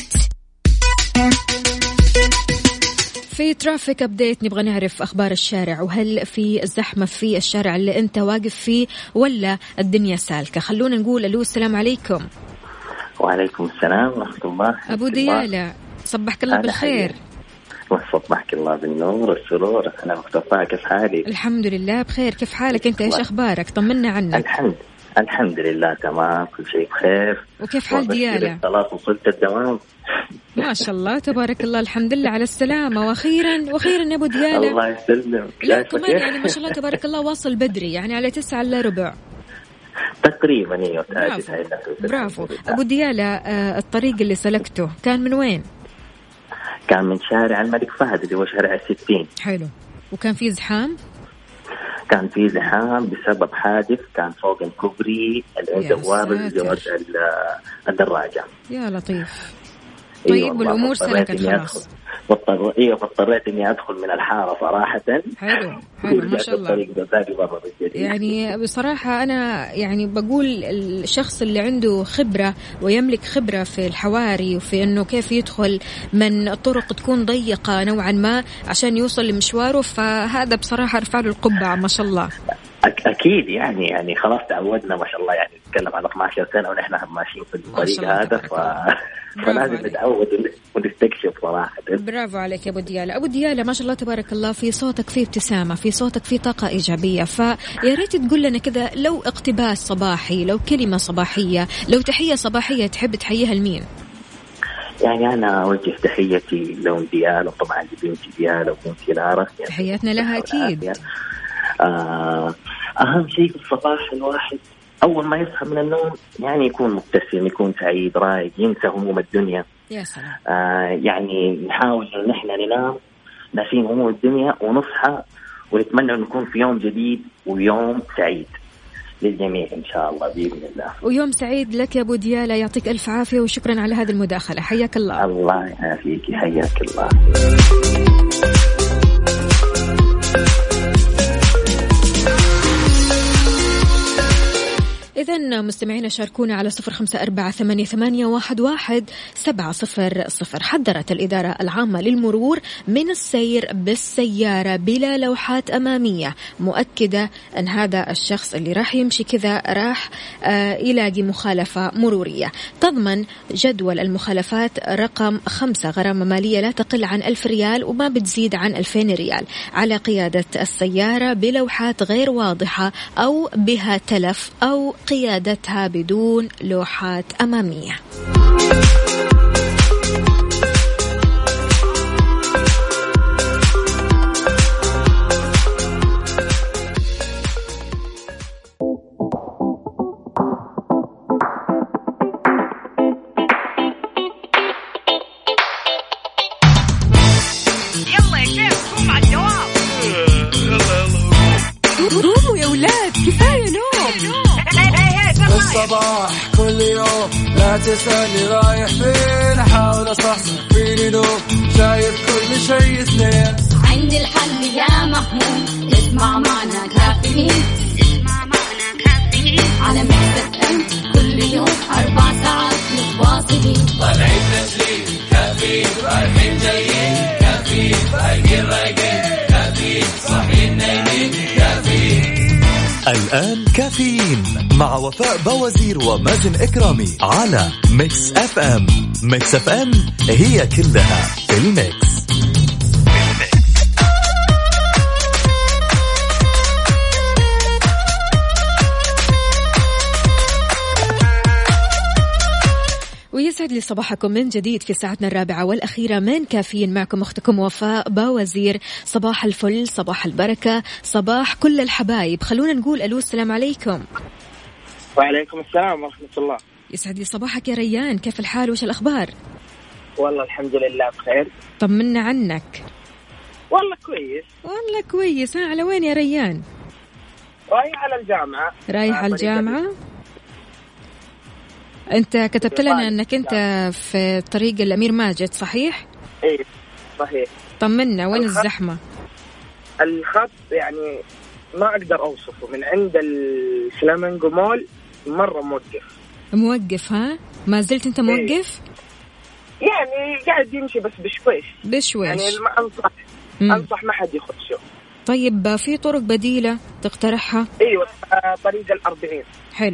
في ترافيك أبديت نبغى نعرف أخبار الشارع، وهل في زحمة في الشارع اللي أنت واقف فيه ولا الدنيا سالكة؟ خلونا نقول ألو، السلام عليكم. وعليكم السلام ورحمة الله. أبو ديالة، صبحك الله بالخير. وصبحك الله بالنور والسرور. أنا مصطفى، كيف حالي؟ الحمد لله بخير. كيف حالك أنت؟ إيش أخبارك؟ طمنا عنك. الحمد لله تمام، كل شيء بخير. وكيف حال ديالة؟ خلاص وصلت الدوام. ما شاء الله تبارك الله، الحمد لله على السلامة. وأخيرا يا أبو ديالة. الله يسلم. لا كمان يعني ما شاء الله تبارك الله واصل بدري، يعني على 9:15 تقريبا. ايوه برافو. أبو ديالة، الطريق اللي سلكته كان من وين؟ كان من شارع الملك فهد اللي هو شارع 60. حلو. وكان في زحام؟ كان في زحام بسبب حادث كان فوق الكوبري اللي عنده وارد الدراجة. يا لطيف. طيب والأمور سلكت خلاص؟ فاضطريت إني أدخل من الحارة صراحة. حلو ما شاء الله. يعني بصراحة أنا يعني بقول الشخص اللي عنده خبرة ويملك خبرة في الحواري وفي إنه كيف يدخل من طرق تكون ضيقة نوعا ما عشان يوصل لمشواره، فهذا بصراحة أرفع له القبعة ما شاء الله. أكيد يعني خلاص تعودنا ما شاء الله، يعني نتكلم عن 12 سنة ونحن ماشيين في الطريق هذا، فلازم نتعود ونستكشف صراحة. برافو عليك يا أبو ديالة. أبو ديالة ما شاء الله تبارك الله، في صوتك فيه ابتسامة، في صوتك فيه طاقة إيجابية، فيا ريت تقول لنا كذا لو اقتباس صباحي، لو كلمة صباحية، لو تحية صباحية تحب تحييها لمين؟ يعني أنا أوجه تحيتي لون ديالة وطبعا لبنتي ديالة وبنتي لارا، يعني تحياتنا لها أكيد. أهم شيء في الصباح الواحد أول ما يصحى من النوم يعني يكون مبتسم، يكون سعيد رايق، ينسى هموم الدنيا. يا سلام. يعني نحاول إن إحنا ننام ناسين هموم الدنيا ونصحى ونتمنى أن نكون في يوم جديد ويوم سعيد للجميع إن شاء الله بإذن الله. ويوم سعيد لك يا أبو ديالة، يعطيك ألف عافية وشكرا على هذه المداخلة. حياك الله. الله يعافيك. حياك الله. إذن مستمعينا شاركونا على 0548811700. حذرت الإدارة العامة للمرور من السير بالسيارة بلا لوحات أمامية، مؤكدة أن هذا الشخص اللي راح يمشي كذا راح يلاقي مخالفة مرورية. تضمن جدول المخالفات رقم 5 غرامة مالية لا تقل عن 1000 ريال وما بتزيد عن 2000 ريال على قيادة السيارة بلوحات غير واضحة أو بها تلف أو قيادتها بدون لوحات أمامية. يلا يا شيخ قوم على الدوام. قوموا يا ولاد كفاية نوم. الصباح كل يوم لا تسألني رايح فين، أحاول أصحصح فيني نوم، شايف كل شيء اثنين. عندي الحل يا محمود، اسمع معنا كافيين، على مكتب كل يوم 4 ساعات متواصلين. طالعين تسليم كافيين، رايحين جايين كافيين، رايقين كافيين، صاحيين نايمين كافيين. الآن كافيين مع وفاء بوازير ومازن إكرامي على ميكس اف ام. ميكس اف ام هي كلها في الميكس. ويسعد لي صباحكم من جديد في ساعتنا الرابعة والأخيرة من كافيين، معكم أختكم وفاء باوزير. صباح الفل، صباح البركة، صباح كل الحبايب. خلونا نقول ألو، السلام عليكم. وعليكم السلام ورحمة الله. يسعد لي صباحك يا ريان، كيف الحال وش الأخبار؟ والله الحمد لله بخير. طمنا عنك. والله كويس. والله كويس. على وين يا ريان؟ رايح على الجامعة. رايح على الجامعة؟ أنت كتبت لنا أنك أنت في طريق الأمير ماجد صحيح؟ إيه صحيح. طمنا وين الزحمة؟ الخط يعني ما أقدر أوصفه، من عند الفلامينغو مول مرة موقف. ها؟ ما زلت أنت موقف؟ يعني قاعد يمشي بس بشويش يعني أنصح ما حد يخشه. طيب في طرق بديلة تقترحها؟ ايوه طريق 40.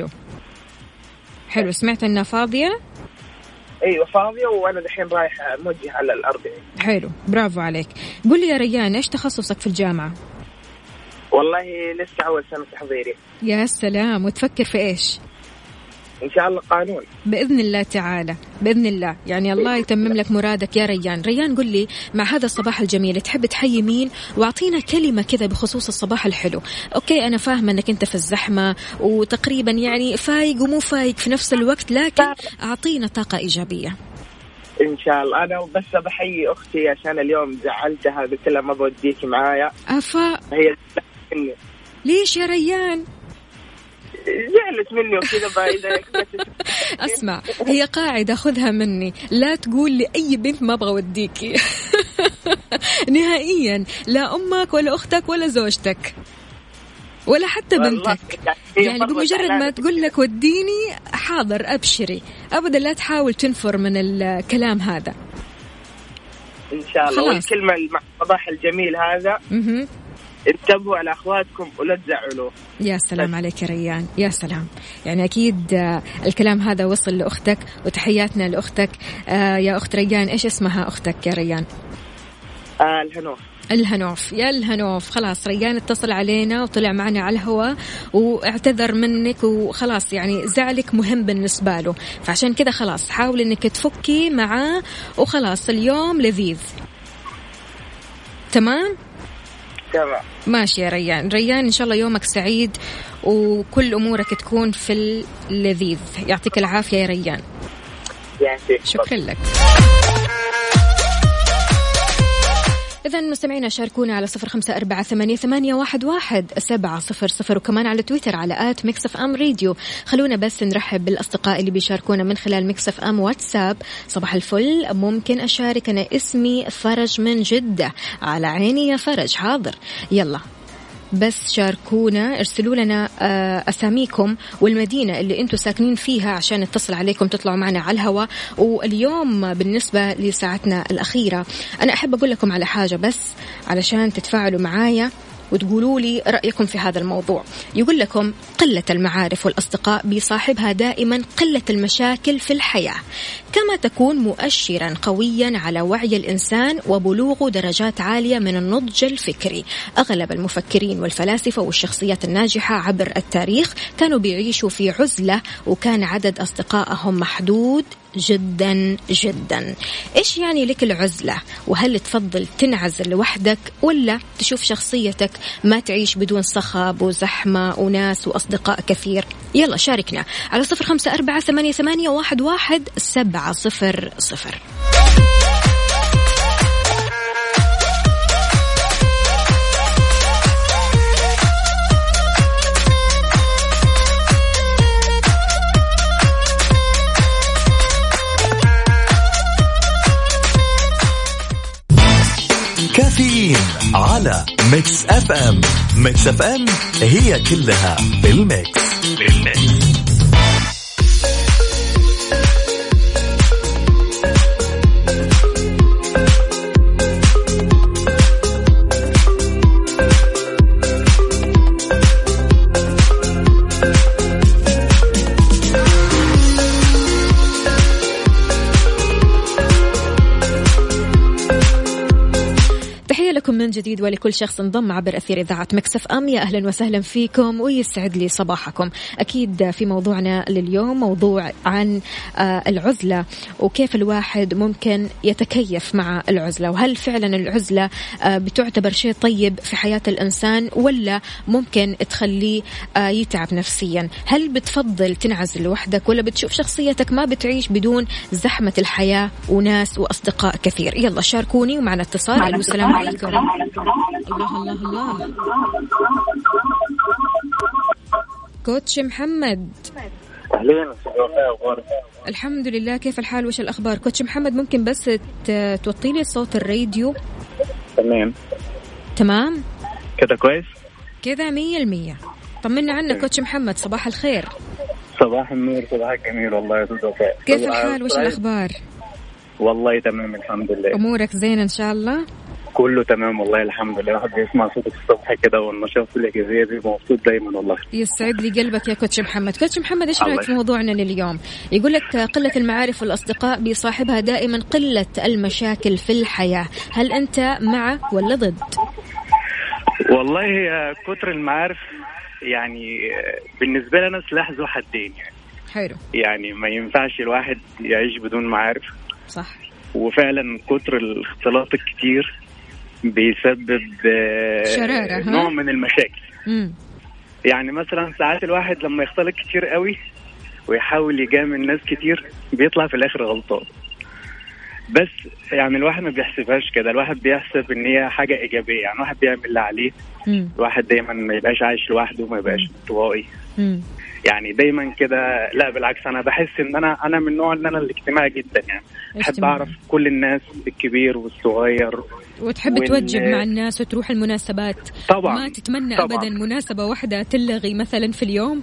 حلو. سمعت انها فاضية؟ ايوه فاضية وانا الحين رايح موجه على 40. حلو برافو عليك. قل لي يا ريان ايش تخصصك في الجامعة؟ والله لسه اول سنة تحضيري. يا سلام. وتفكر في ايش؟ إن شاء الله قانون بإذن الله تعالى، بإذن الله. يعني الله يتمم لك مرادك يا ريان. ريان قل لي، مع هذا الصباح الجميل تحب تحيي مين؟ واعطينا كلمة كذا بخصوص الصباح الحلو. أوكي أنا فاهمة أنك أنت في الزحمة وتقريبا يعني فايق ومو فايق في نفس الوقت، لكن أعطينا طاقة إيجابية. إن شاء الله. أنا بس بحيي أختي عشان اليوم زعلتها، قلت لها ما بوديكي معايا. أفا هي مني. ليش يا ريان؟ زعلت مني وكذا بعيدة. أسمع، هي قاعدة خذها مني، لا تقول لأي بنت ما أبغى وديكي نهائيا، لا أمك ولا أختك ولا زوجتك ولا حتى بنتك. يعني بمجرد ما تقول لك وديني حاضر أبشري، أبدا لا تحاول تنفر من الكلام هذا. إن شاء الله. والكلمة مع الصباح الجميل هذا انتبهوا على أخواتكم ولا تزعلوا. يا سلام عليك يا ريان، يا سلام. يعني أكيد الكلام هذا وصل لأختك، وتحياتنا لأختك. يا أخت ريان، إيش اسمها أختك يا ريان؟ الهنوف. الهنوف، يا الهنوف. خلاص ريان اتصل علينا وطلع معنا على الهواء واعتذر منك وخلاص، يعني زعلك مهم بالنسبة له، فعشان كذا خلاص حاول انك تفكي معاه وخلاص اليوم لذيذ. تمام ماشي يا ريان. ريان إن شاء الله يومك سعيد وكل أمورك تكون في اللذيذ. يعطيك العافية يا ريان. شكرا لك. إذن مستمعينا شاركونا على 0548811700 وكمان على تويتر على @mixfmradio. خلونا بس نرحب بالأصدقاء اللي بيشاركونا من خلال ميكس ام واتساب. صباح الفل، ممكن أشارك؟ أنا اسمي فرج من جدة. على عيني يا فرج، حاضر. يلا بس شاركونا، ارسلوا لنا أساميكم والمدينة اللي انتم ساكنين فيها عشان نتصل عليكم تطلعوا معنا على الهواء. واليوم بالنسبة لساعتنا الأخيرة أنا أحب أقول لكم على حاجة بس علشان تتفاعلوا معايا وتقولوا لي رأيكم في هذا الموضوع. يقول لكم قلة المعارف والأصدقاء بصاحبها دائما قلة المشاكل في الحياة، كما تكون مؤشرا قويا على وعي الإنسان وبلوغ درجات عالية من النضج الفكري. أغلب المفكرين والفلاسفة والشخصيات الناجحة عبر التاريخ كانوا بيعيشوا في عزلة، وكان عدد أصدقائهم محدود جدا جدا. إيش يعني لك العزلة؟ وهل تفضل تنعزل لوحدك ولا تشوف شخصيتك ما تعيش بدون صخب وزحمة وناس وأصدقاء كثير؟ يلا شاركنا على 0548811700. كافيين على ميكس اف ام. ميكس اف ام هي كلها بالميكس. من جديد ولكل شخص انضم عبر أثير إذاعة ميكس اف ام، يا أهلا وسهلا فيكم ويسعد لي صباحكم. أكيد في موضوعنا لليوم موضوع عن العزلة وكيف الواحد ممكن يتكيف مع العزلة، وهل فعلا العزلة بتعتبر شيء طيب في حياة الإنسان ولا ممكن تخليه يتعب نفسيا؟ هل بتفضل تنعزل لوحدك ولا بتشوف شخصيتك ما بتعيش بدون زحمة الحياة وناس وأصدقاء كثير؟ يلا شاركوني ومعنا اتصال. السلام عليكم. الله الله الله. كوتش محمد. أهلين. الحمد لله، كيف الحال وش الأخبار؟ كوتش محمد ممكن بس توطي لي صوت الراديو؟ تمام كده كويس كده 100%. طمنا عنك كوتش محمد، صباح الخير. صباح النور، صباح الجميل والله يا وفاء. كيف الحال وش الأخبار؟ والله تمام الحمد لله. أمورك زينة إن شاء الله؟ كله تمام والله الحمد لله. واحد بيسمع صوتك الصبح كده والنشاط الإيجابية دي مبسوط دايما والله. يسعد لي قلبك يا كوتش محمد. كوتش محمد إيش رأيك في موضوعنا لليوم؟ يقول لك قلة المعارف والأصدقاء بيصاحبها دائما قلة المشاكل في الحياة، هل أنت مع ولا ضد؟ والله كتر المعارف يعني بالنسبة لنا سلاح ذو حدين، يعني حلو. يعني ما ينفعش الواحد يعيش بدون معارف. صح. وفعلا كتر الاختلاط الكتير بيسبب شرارة، نوع من المشاكل. يعني مثلا ساعات الواحد لما يختلط كتير قوي ويحاول يجامل ناس كتير بيطلع في الاخر غلطان. بس يعني الواحد ما بيحسبهاش كده، الواحد بيحسب ان هي حاجة ايجابية. يعني الواحد بيعمل اللي عليه. الواحد دايما ما يبقاش عايش لوحده، ما يبقاش انطوائي. يعني دايما كده. لا بالعكس، انا بحس ان انا من النوع ان انا الاجتماعي جدا. يعني بحب اعرف كل الناس، الكبير والصغير. وتحب توجب مع الناس وتروح المناسبات. طبعا. ما تتمنى طبعا. ابدا مناسبة واحدة تلغي مثلا في اليوم؟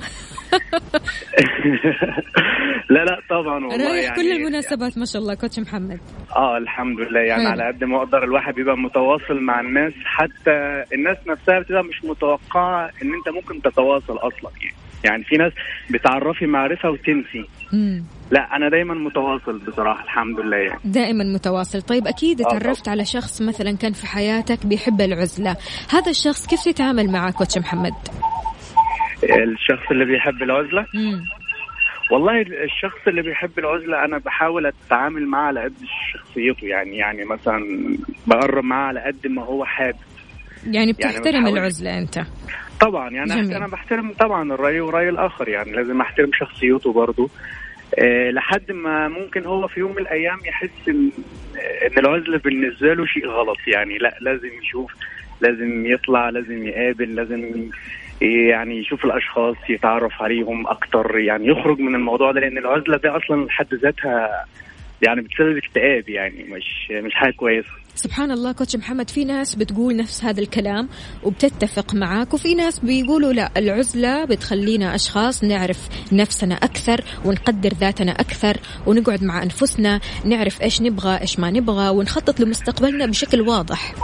لا طبعا والله. رايح يعني كل المناسبات ما شاء الله كوتش محمد. الحمد لله. يعني حلو. على قد ما اقدر الواحد بيبقى متواصل مع الناس، حتى الناس نفسها بتبقى مش متوقعة ان انت ممكن تتواصل اصلا. يعني في ناس بتعرفي معرفة وتنسي. لا أنا دايما متواصل بصراحة الحمد لله. يعني دائما متواصل. طيب أكيد تعرفت على شخص مثلا كان في حياتك بيحب العزلة، هذا الشخص كيف تتعامل معه كوتش محمد؟ الشخص اللي بيحب العزلة؟ والله الشخص اللي بيحب العزلة أنا بحاول أتعامل معه على قد شخصيته. يعني مثلا بقرب معه على قد ما هو حابب. يعني بتحترم العزلة أنت؟ طبعا. يعني جميل. أنا بحترم طبعا الرأي ورأي الآخر. يعني لازم أحترم شخصيته برضو. لحد ما ممكن هو في يوم من الأيام يحس إن العزلة بالنسبة له شيء غلط. يعني لا، لازم يشوف، لازم يطلع، لازم يقابل، لازم يعني يشوف الأشخاص، يتعرف عليهم أكتر. يعني يخرج من الموضوع ده، لأن العزلة دي أصلا لحد ذاتها يعني بتسبب اكتئاب. يعني مش حاجة كويسة. سبحان الله كوتش محمد، في ناس بتقول نفس هذا الكلام وبتتفق معاك، وفي ناس بيقولوا لا، العزلة بتخلينا أشخاص نعرف نفسنا أكثر ونقدر ذاتنا أكثر ونقعد مع أنفسنا، نعرف إيش نبغى إيش ما نبغى ونخطط لمستقبلنا بشكل واضح.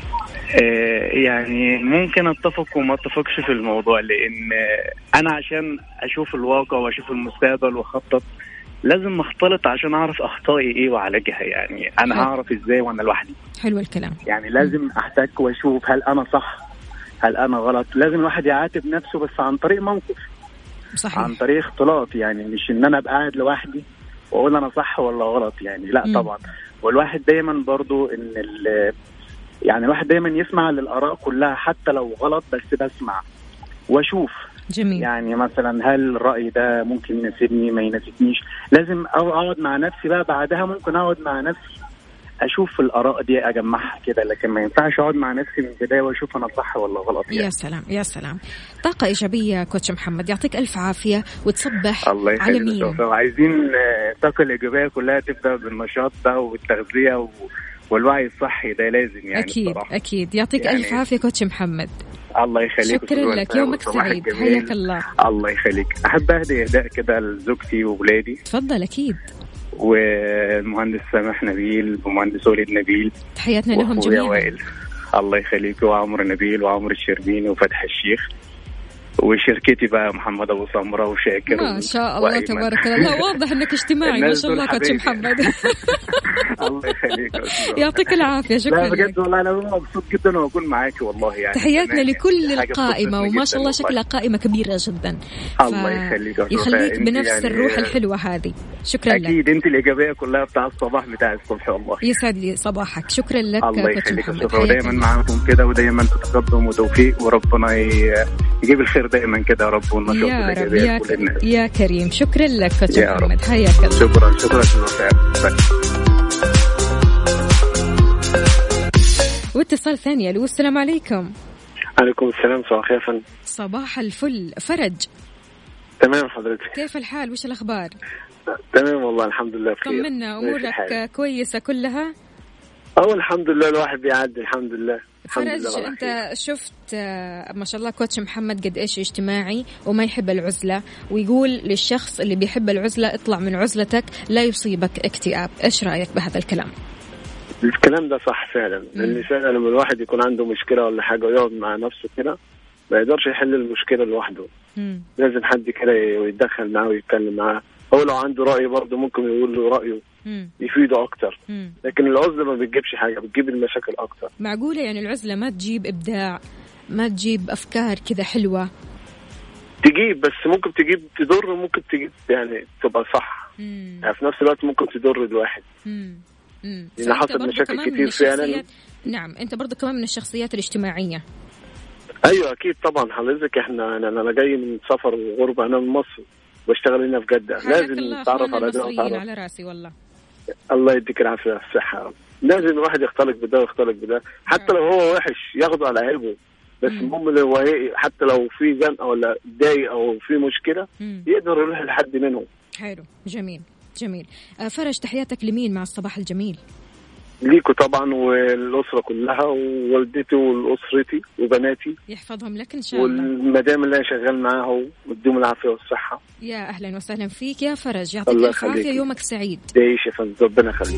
يعني ممكن اتفق وما اتفقش في الموضوع، لان انا عشان اشوف الواقع واشوف المستقبل واخطط لازم اختلط عشان اعرف اخطائي ايه واعالجها. يعني انا هعرف ازاي وانا لوحدي؟ حلو الكلام. يعني لازم احتك واشوف هل انا صح هل انا غلط. لازم الواحد يعاتب نفسه بس عن طريق موقف. صحيح. عن طريق اختلاط. يعني مش ان انا ابقى قاعد لوحدي واقول انا صح ولا غلط. يعني لا طبعا. والواحد دايما برضو ان يعني الواحد دايما يسمع للآراء كلها حتى لو غلط، بس بسمع واشوف. جميل. يعني مثلا هل الرأي ده ممكن يناسبني ما يناسبنيش. لازم اقعد مع نفسي بقى بعدها، ممكن اقعد مع نفسي اشوف الآراء دي اجمعها كده، لكن ما ينفعش اقعد مع نفسي من البداية واشوف انا صح ولا غلط. يعني. يا سلام يا سلام. طاقة إيجابية كوتش محمد، يعطيك ألف عافية وتصبح على مين. عايزين الطاقة الإيجابية كلها تبدأ بالنشاط ده والتغذية والوعي الصحي ده لازم. يعني أكيد بصراحة. أكيد. يعطيك يعني ألف عافية كوتش محمد. الله يخليك. شكرا لك، يومك سعيد، حياك الله. الله يخليك. أحب أهدي إهداء كده لزوجتي وولادي. تفضل. أكيد. والمهندس سامح نبيل ومهندس وليد نبيل، تحياتنا لهم جميعا. الله يخليك. وعمر نبيل وعمر الشربيني وفتح الشيخ، وشركتي بقى محمد أبو سمرة وشاكر. ما شاء الله تبارك الله. واضح أنك اجتماعي ما شاء الله كوتش محمد. الله يخليك. يعطيك العافية. شكرا لك. بجد والله أنا مبسوط جدا وأكون معاك والله. يعني تحياتنا لكل القائمة، وما شاء الله شكلها قائمة كبيرة جدا. الله يخليك. يخليك بنفس يعني الروح الحلوة هذه. شكرا لك. أكيد أنت الإيجابية كلها بتاع الصباح بتاع الصبح والله. يسعد لي صباحك. شكرا لك كوتش محمد. ودايما معاكم كده ودايما تتقدم وتوفيق، وربنا يجيب الخير دائما كده يا رب. يا رب يا كريم. شكرا لك كوتش محمد، حياك الله. شكرا. واتصال ثاني. الو السلام عليكم. عليكم السلام. صباح الخير فندم. صباح الفل. فرج. تمام حضرتك. كيف الحال وش الأخبار؟ تمام والله الحمد لله بخير. طمنا، أمورك كويسة كلها؟ الحمد لله الواحد بيعدي الحمد لله. فرج أنت شفت ما شاء الله كوتش محمد قد إيش اجتماعي وما يحب العزلة، ويقول للشخص اللي بيحب العزلة اطلع من عزلتك لا يصيبك اكتئاب. إيش رأيك بهذا الكلام؟ الكلام ده صح فعلا. لأن فعلا لما الواحد يكون عنده مشكلة ولا حاجة ويقعد مع نفسه كده ما يقدرش يحل المشكلة لوحده. لازم حد كده يتدخل معاه ويتكلم معاه. هو لو عنده رأي برضه ممكن يقول له رأيه يفيده أكتر. لكن العزلة ما بتجيبش حاجة، بتجيب المشاكل أكتر. معقولة يعني العزلة ما تجيب إبداع، ما تجيب أفكار كذا حلوة؟ تجيب، بس ممكن تجيب تضر وممكن تجيب يعني تبقى صح. يعني في نفس الوقت ممكن تضر الواحد. لأن حصلت مشاكل كتير فعلا. نعم، أنت برضو كمان من الشخصيات الاجتماعية. أيوة أكيد طبعا حضرتك. أنا جاي من سفر وغربة، أنا من مصر بشتغل هنا في جدة. لازم نتعرف على ده ونتعرف على راسي والله. الله يديك العافية والصحة. لازم الواحد يختلط بده ويختلط بده، حتى لو هو وحش ياخده على عيبه، بس المهم لو حتى لو في زنقة ولا ضايق أو في مشكلة يقدر يروح لحد منهم. حلو، جميل جميل. فرج، تحياتك لمين مع الصباح الجميل؟ ليكوا طبعا والأسرة كلها، ووالدتي وأسرتي وبناتي يحفظهم لك إن شاء الله، والمدام اللي أنا شغال معاها ويديهم العافية والصحة. يا أهلا وسهلا فيك يا فرج، يعطيك الف عافية، يومك سعيد. تعيش يا فندم، ربنا يخليك.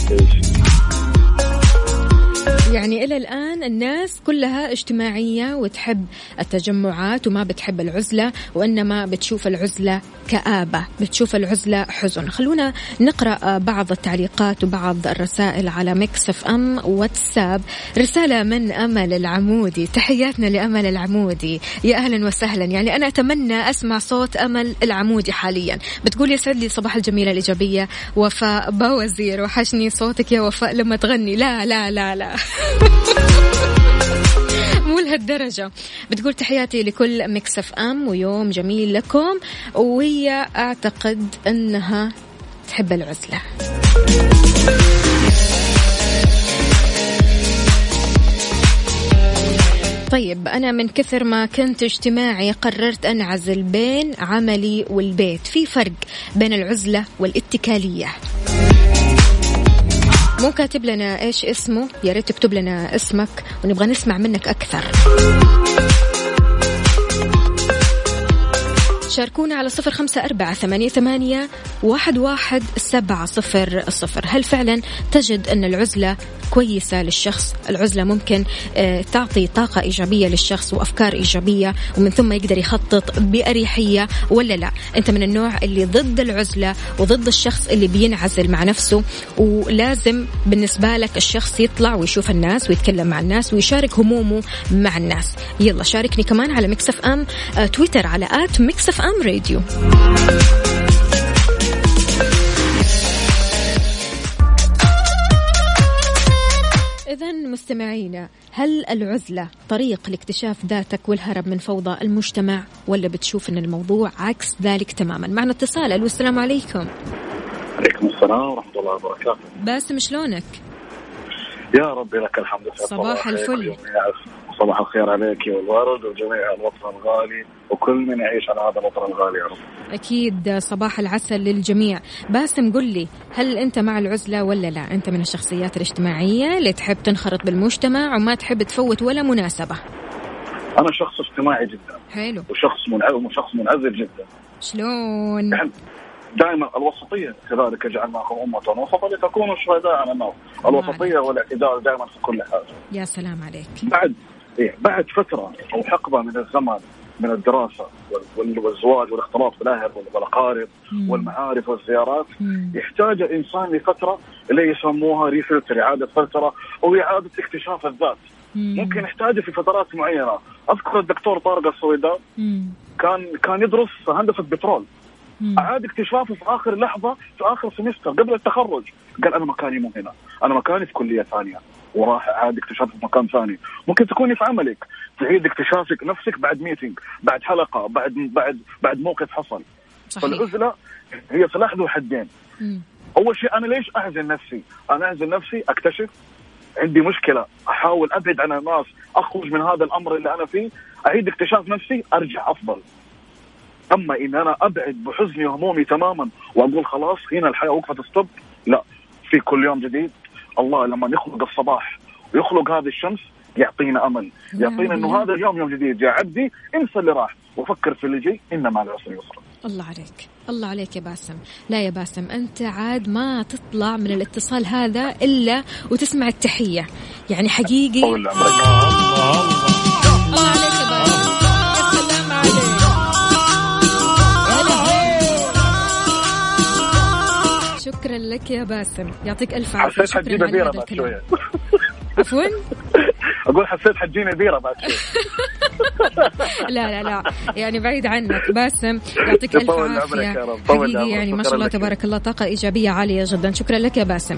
يعني إلى الآن الناس كلها اجتماعية وتحب التجمعات وما بتحب العزلة، وإنما بتشوف العزلة كآبة، بتشوف العزلة حزن. خلونا نقرأ بعض التعليقات وبعض الرسائل على ميكس اف ام واتساب. رسالة من أمل العمودي، تحياتنا لأمل العمودي، يا أهلا وسهلا. يعني أنا أتمنى أسمع صوت أمل العمودي حاليا. بتقول يسعد لي صباح الجميلة الإيجابية وفاء بوزير، وحشني صوتك يا وفاء لما تغني. لا لا لا لا مو لهالدرجة. بتقول تحياتي لكل ميكس اف ام ويوم جميل لكم، وهي أعتقد أنها تحب العزلة. طيب، أنا من كثر ما كنت اجتماعي قررت أنعزل بين عملي والبيت. في فرق بين العزلة والاتكالية. مو كاتب لنا إيش اسمه، يا ريت تكتب لنا اسمك ونبغى نسمع منك أكثر. شاركونا على 0548811700. هل فعلا تجد أن العزلة كويسة للشخص؟ العزلة ممكن تعطي طاقة إيجابية للشخص وأفكار إيجابية، ومن ثم يقدر يخطط بأريحية، ولا لا أنت من النوع اللي ضد العزلة وضد الشخص اللي بينعزل مع نفسه، ولازم بالنسبة لك الشخص يطلع ويشوف الناس ويتكلم مع الناس ويشارك همومه مع الناس؟ يلا شاركني كمان على ميكس اف ام تويتر على @mixfmradio. إذن مستمعينا، هل العزلة طريق لاكتشاف ذاتك والهرب من فوضى المجتمع، ولا بتشوف أن الموضوع عكس ذلك تماما؟ معنا اتصال. ألو، السلام عليكم. عليكم السلام ورحمة الله وبركاته. باسم، شلونك؟ يا ربي لك الحمد. صباح الفل. صباح الخير عليك والورد وجميع الوطن الغالي وكل من يعيش على هذا الوطن الغالي يا رب. أكيد، صباح العسل للجميع. باسم، قل لي، هل أنت مع العزلة ولا لا؟ أنت من الشخصيات الاجتماعية اللي تحب تنخرط بالمجتمع وما تحب تفوت ولا مناسبة؟ أنا شخص اجتماعي جدا. حلو. وشخص منعزل جدا. شلون؟ دائما الوسطية، كذلك جعلناكم أمة وسطا لتكونوا شهداء على الناس. الوسطية والاعتدال دائما في كل حاجة. يا سلام عليك. بعد فترة أو حقبة من الزمن من الدراسة والزواج والاختلاط بالأهل والأقارب والمعارف والزيارات، يحتاج الإنسان لفترة اللي يسموها ريفلتر، إعادة فترة أو إعادة اكتشاف الذات. ممكن يحتاج في فترات معينة. أذكر الدكتور طارق السويداء كان يدرس هندسة بترول، أعاد اكتشافه في آخر لحظة في آخر سمستر قبل التخرج. قال أنا مكاني مو هنا، أنا مكاني في كلية ثانية، وراح أعاد اكتشافه في مكان ثاني. ممكن تكوني في عملك تعيد اكتشافك نفسك بعد ميتينج، بعد حلقة، بعد موقف حصل. فالعزلة هي سلاح ذو حدين. أول شيء، أنا ليش أعزل نفسي؟ أنا أعزل نفسي أكتشف عندي مشكلة، أحاول أبعد عن الناس، أخرج من هذا الأمر اللي أنا فيه، أعيد اكتشاف نفسي، أرجع أفضل. أما إن أنا أبعد بحزني وهمومي تماما وأقول خلاص هنا الحياة وقفت ستوب، لا، في كل يوم جديد. الله لما يخلق الصباح ويخلق هذه الشمس يعطينا أمل، يعطينا إنه هذا اليوم يوم جديد. يا عبدي انسى اللي راح وفكر في اللي جاي، إن مع العسر يسرا. الله عليك، الله عليك يا باسم. لا يا باسم، أنت عاد ما تطلع من الاتصال هذا إلا وتسمع التحية، يعني حقيقي. الله عليك يا باسم. السلام عليك. شكرا لك يا باسم، يعطيك ألف عافية. شكرا على هذا الكلام. عفوا، أقول حسيت حتجيني بيرة بعد شوي. لا يعني بعيد عنك باسم، يعطيك ألف عافية حقيقي، يعني ما شاء الله تبارك الله طاقة إيجابية عالية جدا. شكرا لك يا باسم.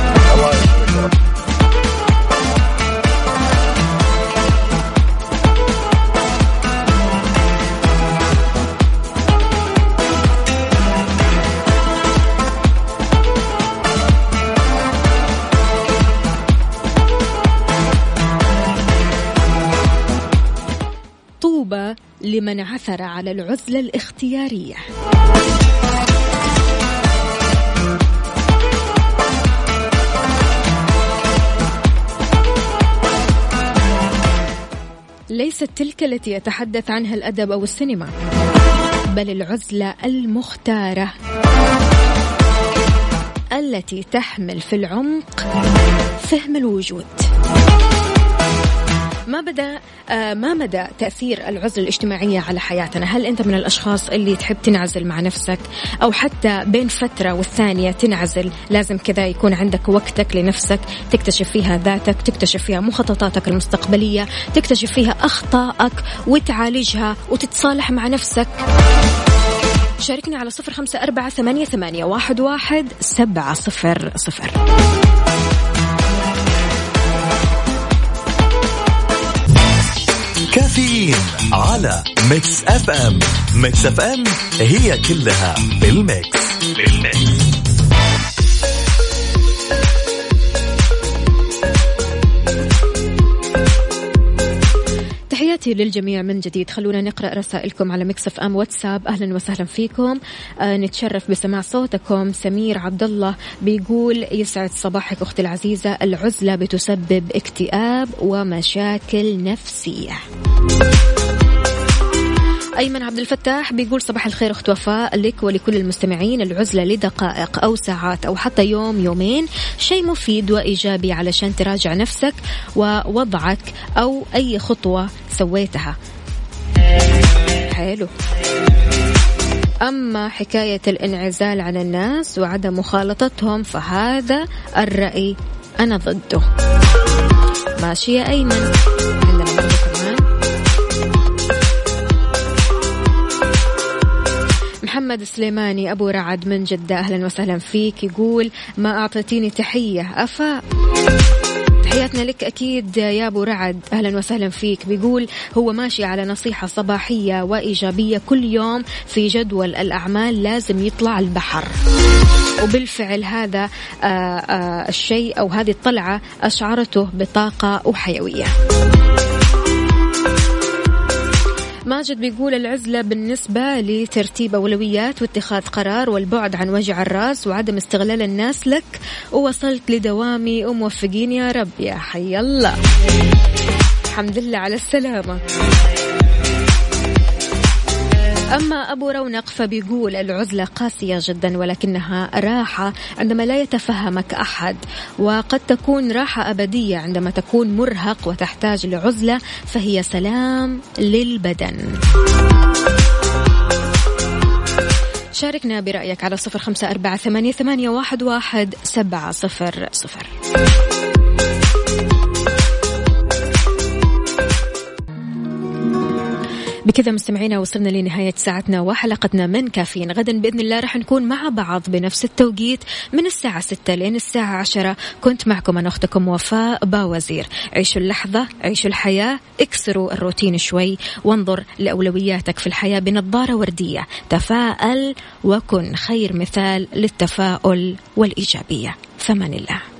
طوبى لمن عثر على العزلة الاختيارية. ليست تلك التي يتحدث عنها الأدب أو السينما، بل العزلة المختارة التي تحمل في العمق فهم الوجود. ما مدى تأثير العزلة الاجتماعية على حياتنا؟ هل أنت من الأشخاص اللي تحب تنعزل مع نفسك، أو حتى بين فترة والثانية تنعزل؟ لازم كذا يكون عندك وقتك لنفسك تكتشف فيها ذاتك، تكتشف فيها مخططاتك المستقبلية، تكتشف فيها أخطائك وتعالجها وتتصالح مع نفسك. شاركني على 0548811700. كافيين على ميكس اف ام. ميكس اف ام هي كلها بالميكس. تحياتي للجميع من جديد. خلونا نقرأ رسائلكم على ميكس اف ام واتساب. أهلا وسهلا فيكم، نتشرف بسماع صوتكم. سمير عبد الله بيقول يسعد صباحك أختي العزيزة، العزلة بتسبب اكتئاب ومشاكل نفسية. أيمن عبد الفتاح بيقول صباح الخير أخت وفاء لك ولكل المستمعين، العزلة لدقائق أو ساعات أو حتى يوم يومين شيء مفيد وإيجابي علشان تراجع نفسك ووضعك أو أي خطوة سويتها. حلو. أما حكاية الانعزال عن الناس وعدم مخالطتهم فهذا الرأي أنا ضده. ماشي يا أيمن. محمد سليماني أبو رعد من جدة أهلا وسهلا فيك، يقول ما أعطيتيني تحية أفا. تحياتنا لك أكيد يا أبو رعد، أهلا وسهلا فيك. بيقول هو ماشي على نصيحة صباحية وإيجابية، كل يوم في جدول الأعمال لازم يطلع البحر، وبالفعل هذا الشيء أو هذه الطلعة أشعرته بطاقة وحيوية. ماجد بيقول العزلة بالنسبة لترتيب أولويات واتخاذ قرار والبعد عن وجع الرأس وعدم استغلال الناس لك، ووصلت لدوامي وموفقين يا رب. يا حي الله، الحمد لله على السلامة. أما أبو رونق فبيقول العزلة قاسية جدا ولكنها راحة عندما لا يتفهمك أحد، وقد تكون راحة أبدية عندما تكون مرهق وتحتاج لعزلة، فهي سلام للبدن. شاركنا برأيك على 0548811700. بكذا مستمعينا وصلنا لنهاية ساعتنا وحلقتنا من كافيين. غدا بإذن الله رح نكون مع بعض بنفس التوقيت من الساعة 6 لين الساعة 10. كنت معكم أنا أختكم وفاء باوزير. عيشوا اللحظة، عيشوا الحياة، اكسروا الروتين شوي، وانظر لأولوياتك في الحياة بنظارة وردية. تفاءل وكن خير مثال للتفاؤل والإيجابية. فمن الله.